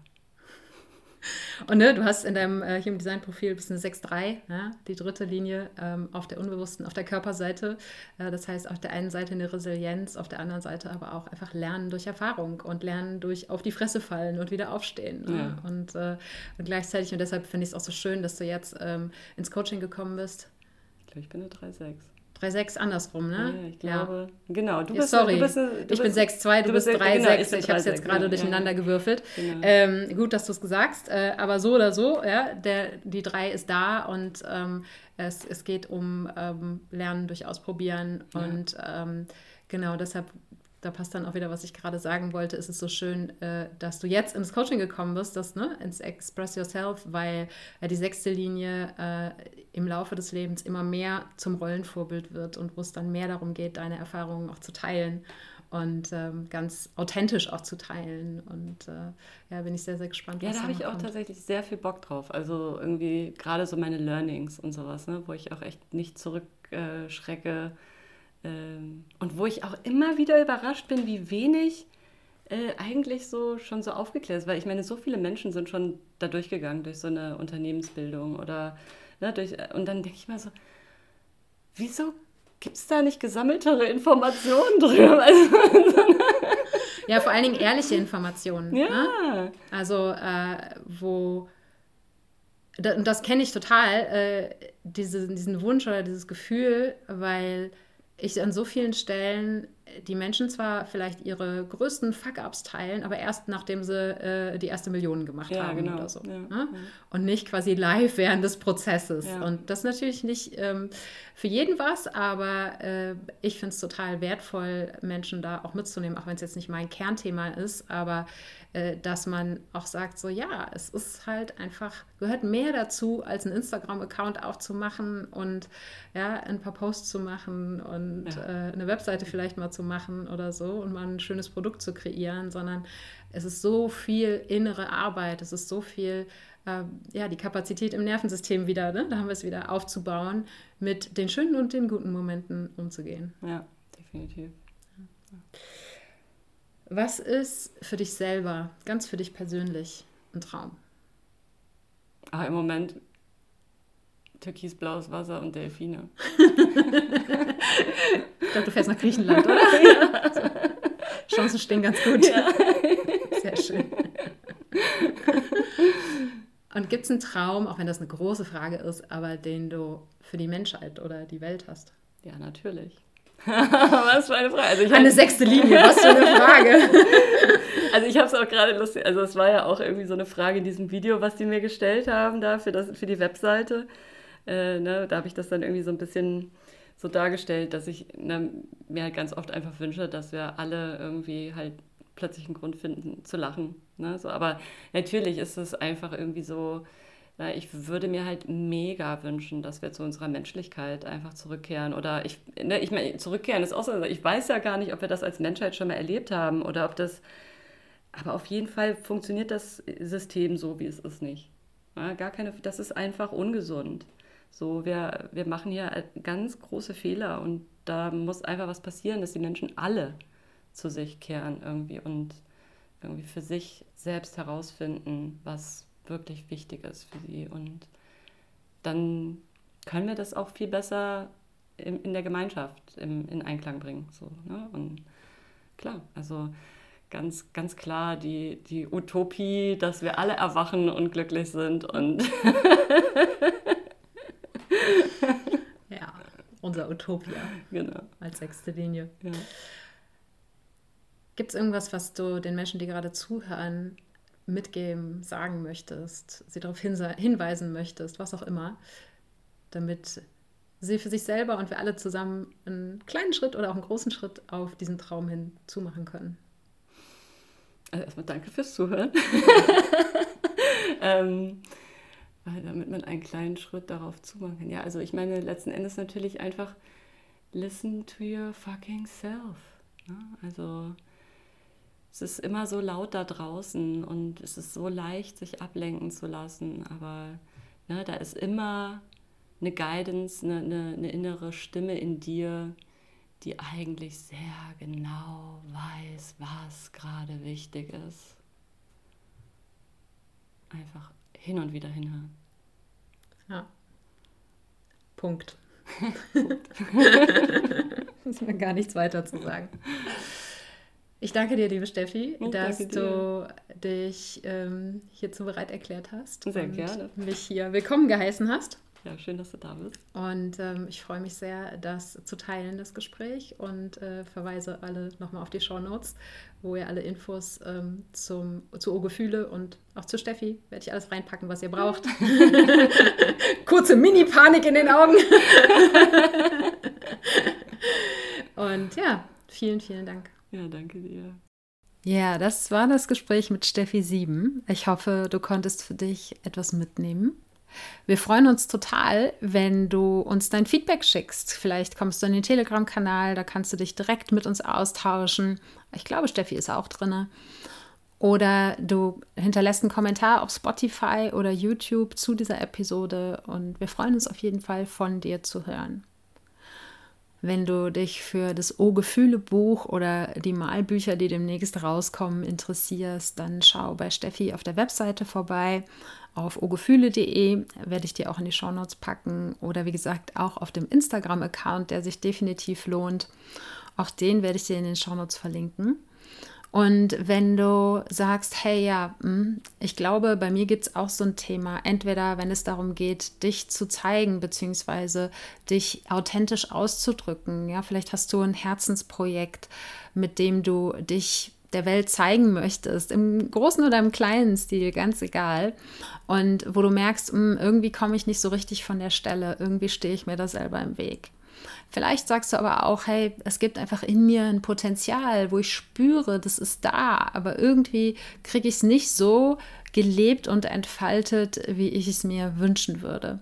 Und ne, du hast in deinem äh, Human Design Profil bist eine sechs drei, ja, die dritte Linie ähm, auf der unbewussten, auf der Körperseite. Äh, das heißt auf der einen Seite eine Resilienz, auf der anderen Seite aber auch einfach Lernen durch Erfahrung und Lernen durch auf die Fresse fallen und wieder aufstehen. Ne? Ja. Und, äh, und gleichzeitig, und deshalb finde ich es auch so schön, dass du jetzt ähm, ins Coaching gekommen bist.
Ich glaube, ich bin eine drei sechs.
drei sechs andersrum, ne?
Ja, ich glaube. Ja. Genau. Du
ja,
bist,
sorry,
du bist, du
ich
bist,
bin sechs zwei, du, du bist drei sechs. Genau, ich ich habe es jetzt gerade ja, durcheinander ja. gewürfelt. Genau. Ähm, gut, dass du es gesagt, äh, aber so oder so, ja, der, die drei ist da und ähm, es, es geht um ähm, Lernen durch Ausprobieren ja. und ähm, genau, deshalb, da passt dann auch wieder, was ich gerade sagen wollte, ist es so schön, äh, dass du jetzt ins Coaching gekommen bist, das, ne, ins Express Yourself, weil äh, die sechste Linie äh, im Laufe des Lebens immer mehr zum Rollenvorbild wird und wo es dann mehr darum geht, deine Erfahrungen auch zu teilen und ähm, ganz authentisch auch zu teilen. Und äh, ja, bin ich sehr, sehr gespannt,
was
ja,
da habe ich auch kommt. Tatsächlich sehr viel Bock drauf. Also irgendwie gerade so meine Learnings und sowas, ne, wo ich auch echt nicht zurückschrecke. Ähm, und wo ich auch immer wieder überrascht bin, wie wenig äh, eigentlich so schon so aufgeklärt ist. Weil ich meine, so viele Menschen sind schon da durchgegangen durch so eine Unternehmensbildung oder ne, durch, und dann denke ich mal so, wieso gibt es da nicht gesammeltere Informationen drüber? Also,
ja, vor allen Dingen ehrliche Informationen.
Ja.
Ne? Also, äh, wo, da, und das kenne ich total, äh, diese, diesen Wunsch oder dieses Gefühl, weil ich an so vielen Stellen die Menschen zwar vielleicht ihre größten Fuck-Ups teilen, aber erst nachdem sie äh, die erste Million gemacht
ja,
haben
genau.
oder so.
Ja,
ne?
ja.
Und nicht quasi live während des Prozesses.
Ja.
Und das ist natürlich nicht ähm, für jeden was, aber äh, ich finde es total wertvoll, Menschen da auch mitzunehmen, auch wenn es jetzt nicht mein Kernthema ist, aber äh, dass man auch sagt, so ja, es ist halt einfach, gehört mehr dazu, als einen Instagram-Account aufzumachen und ja, ein paar Posts zu machen und
Ja.
äh, eine Webseite vielleicht mal zu machen oder so und mal ein schönes Produkt zu kreieren, sondern es ist so viel innere Arbeit, es ist so viel, äh, ja, die Kapazität im Nervensystem wieder, ne? Da haben wir es wieder aufzubauen, mit den schönen und den guten Momenten umzugehen.
Ja, definitiv.
Was ist für dich selber, ganz für dich persönlich, ein Traum?
Aber im Moment türkisblaues Wasser und Delfine.
Ich glaube, du fährst nach Griechenland, oder? Ja. So. Chancen stehen ganz gut. Ja. Sehr schön. Und gibt es einen Traum, auch wenn das eine große Frage ist, aber den du für die Menschheit oder die Welt hast?
Ja, natürlich. Was für eine Frage. Also ich
eine hab... sechste Linie, was für eine Frage.
Also ich habe es auch gerade lustig, also es war ja auch irgendwie so eine Frage in diesem Video, was die mir gestellt haben da für, das, für die Webseite. Äh, ne, da habe ich das dann irgendwie so ein bisschen so dargestellt, dass ich ne, mir halt ganz oft einfach wünsche, dass wir alle irgendwie halt plötzlich einen Grund finden zu lachen. Ne? So, aber natürlich ist es einfach irgendwie so, na, ich würde mir halt mega wünschen, dass wir zu unserer Menschlichkeit einfach zurückkehren. Oder ich, ne, ich meine, zurückkehren ist auch so, ich weiß ja gar nicht, ob wir das als Menschheit schon mal erlebt haben oder ob das, aber auf jeden Fall funktioniert das System so, wie es ist nicht. Ja, gar keine, das ist einfach ungesund. So, wir, wir machen hier ganz große Fehler und da muss einfach was passieren, dass die Menschen alle zu sich kehren irgendwie und irgendwie für sich selbst herausfinden, was wirklich wichtig ist für sie. Und dann können wir das auch viel besser in, in der Gemeinschaft im, in Einklang bringen. So, ne? Und klar, also ganz, ganz klar die, die Utopie, dass wir alle erwachen und glücklich sind und
ja, unser Utopia.
Genau.
Als sechste Linie.
Ja.
Gibt es irgendwas, was du den Menschen, die gerade zuhören, mitgeben, sagen möchtest, sie darauf hinse- hinweisen möchtest, was auch immer, damit sie für sich selber und wir alle zusammen einen kleinen Schritt oder auch einen großen Schritt auf diesen Traum hin zumachen können?
Also erstmal danke fürs Zuhören. ähm, weil damit man einen kleinen Schritt darauf zumachen kann. Ja, also ich meine, letzten Endes natürlich einfach listen to your fucking self. Ne? Also es ist immer so laut da draußen und es ist so leicht, sich ablenken zu lassen, aber ne, da ist immer eine Guidance, eine, eine, eine innere Stimme in dir, die eigentlich sehr genau weiß, was gerade wichtig ist. Einfach hin und wieder hinhören.
Ja. Punkt. Muss mir gar nichts weiter zu sagen. Ich danke dir, liebe Steffi,
ich
dass
du
dich ähm, hierzu bereit erklärt hast.
Sehr
und
gerne.
mich hier willkommen geheißen hast.
Ja, schön, dass du da bist.
Und ähm, ich freue mich sehr, das zu teilen, das Gespräch, und äh, verweise alle nochmal auf die Shownotes, wo ihr alle Infos ähm, zum, zu O-Gefühle und auch zu Steffi, werde ich alles reinpacken, was ihr braucht. Kurze Mini-Panik in den Augen. Und ja, vielen, vielen Dank.
Ja, danke dir.
Ja, das war das Gespräch mit Steffi Sieben. Ich hoffe, du konntest für dich etwas mitnehmen. Wir freuen uns total, wenn du uns dein Feedback schickst. Vielleicht kommst du in den Telegram-Kanal, da kannst du dich direkt mit uns austauschen. Ich glaube, Steffi ist auch drin. Oder du hinterlässt einen Kommentar auf Spotify oder YouTube zu dieser Episode und wir freuen uns auf jeden Fall, von dir zu hören. Wenn du dich für das O-Gefühle-Buch oder die Malbücher, die demnächst rauskommen, interessierst, dann schau bei Steffi auf der Webseite vorbei. Auf o gefühle punkt de werde ich dir auch in die Shownotes packen. Oder wie gesagt, auch auf dem Instagram-Account, der sich definitiv lohnt. Auch den werde ich dir in den Shownotes verlinken. Und wenn du sagst, hey ja, ich glaube, bei mir gibt es auch so ein Thema, entweder wenn es darum geht, dich zu zeigen, beziehungsweise dich authentisch auszudrücken, ja, vielleicht hast du ein Herzensprojekt, mit dem du dich der Welt zeigen möchtest, im großen oder im kleinen Stil, ganz egal. Und wo du merkst, mh, irgendwie komme ich nicht so richtig von der Stelle, irgendwie stehe ich mir da selber im Weg. Vielleicht sagst du aber auch, hey, es gibt einfach in mir ein Potenzial, wo ich spüre, das ist da, aber irgendwie kriege ich es nicht so gelebt und entfaltet, wie ich es mir wünschen würde.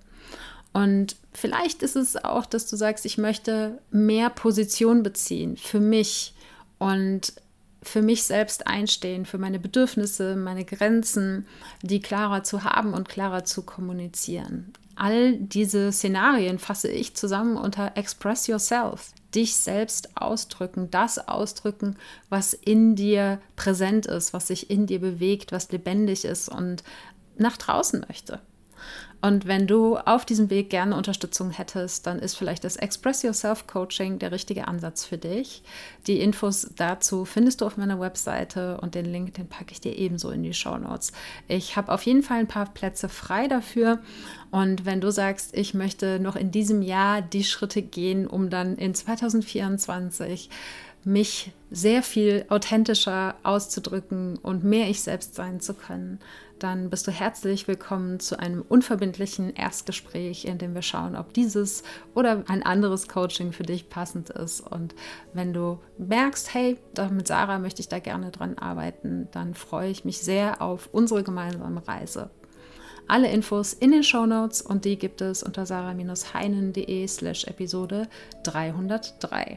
Und vielleicht ist es auch, dass du sagst, ich möchte mehr Position beziehen für mich und für mich selbst einstehen, für meine Bedürfnisse, meine Grenzen, die klarer zu haben und klarer zu kommunizieren. All diese Szenarien fasse ich zusammen unter Express Yourself. Dich selbst ausdrücken, das ausdrücken, was in dir präsent ist, was sich in dir bewegt, was lebendig ist und nach draußen möchte. Und wenn du auf diesem Weg gerne Unterstützung hättest, dann ist vielleicht das Express Yourself Coaching der richtige Ansatz für dich. Die Infos dazu findest du auf meiner Webseite und den Link, den packe ich dir ebenso in die Shownotes. Ich habe auf jeden Fall ein paar Plätze frei dafür. Und wenn du sagst, ich möchte noch in diesem Jahr die Schritte gehen, um dann in zwanzig vierundzwanzig mich sehr viel authentischer auszudrücken und mehr ich selbst sein zu können, dann bist du herzlich willkommen zu einem unverbindlichen Erstgespräch, in dem wir schauen, ob dieses oder ein anderes Coaching für dich passend ist. Und wenn du merkst, hey, mit Sarah möchte ich da gerne dran arbeiten, dann freue ich mich sehr auf unsere gemeinsame Reise. Alle Infos in den Shownotes und die gibt es unter sarah-heinen.de slash Episode dreihundertdrei.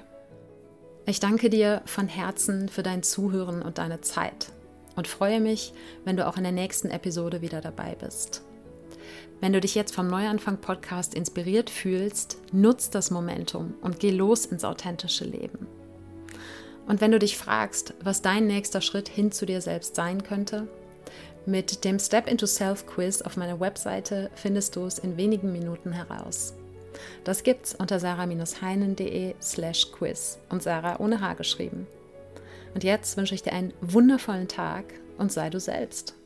Ich danke dir von Herzen für dein Zuhören und deine Zeit und freue mich, wenn du auch in der nächsten Episode wieder dabei bist. Wenn du dich jetzt vom Neuanfang-Podcast inspiriert fühlst, nutz das Momentum und geh los ins authentische Leben. Und wenn du dich fragst, was dein nächster Schritt hin zu dir selbst sein könnte, mit dem Step into Self Quiz auf meiner Webseite findest du es in wenigen Minuten heraus. Das gibt's unter sarah-heinen.de slash quiz und Sarah ohne H geschrieben. Und jetzt wünsche ich dir einen wundervollen Tag und sei du selbst.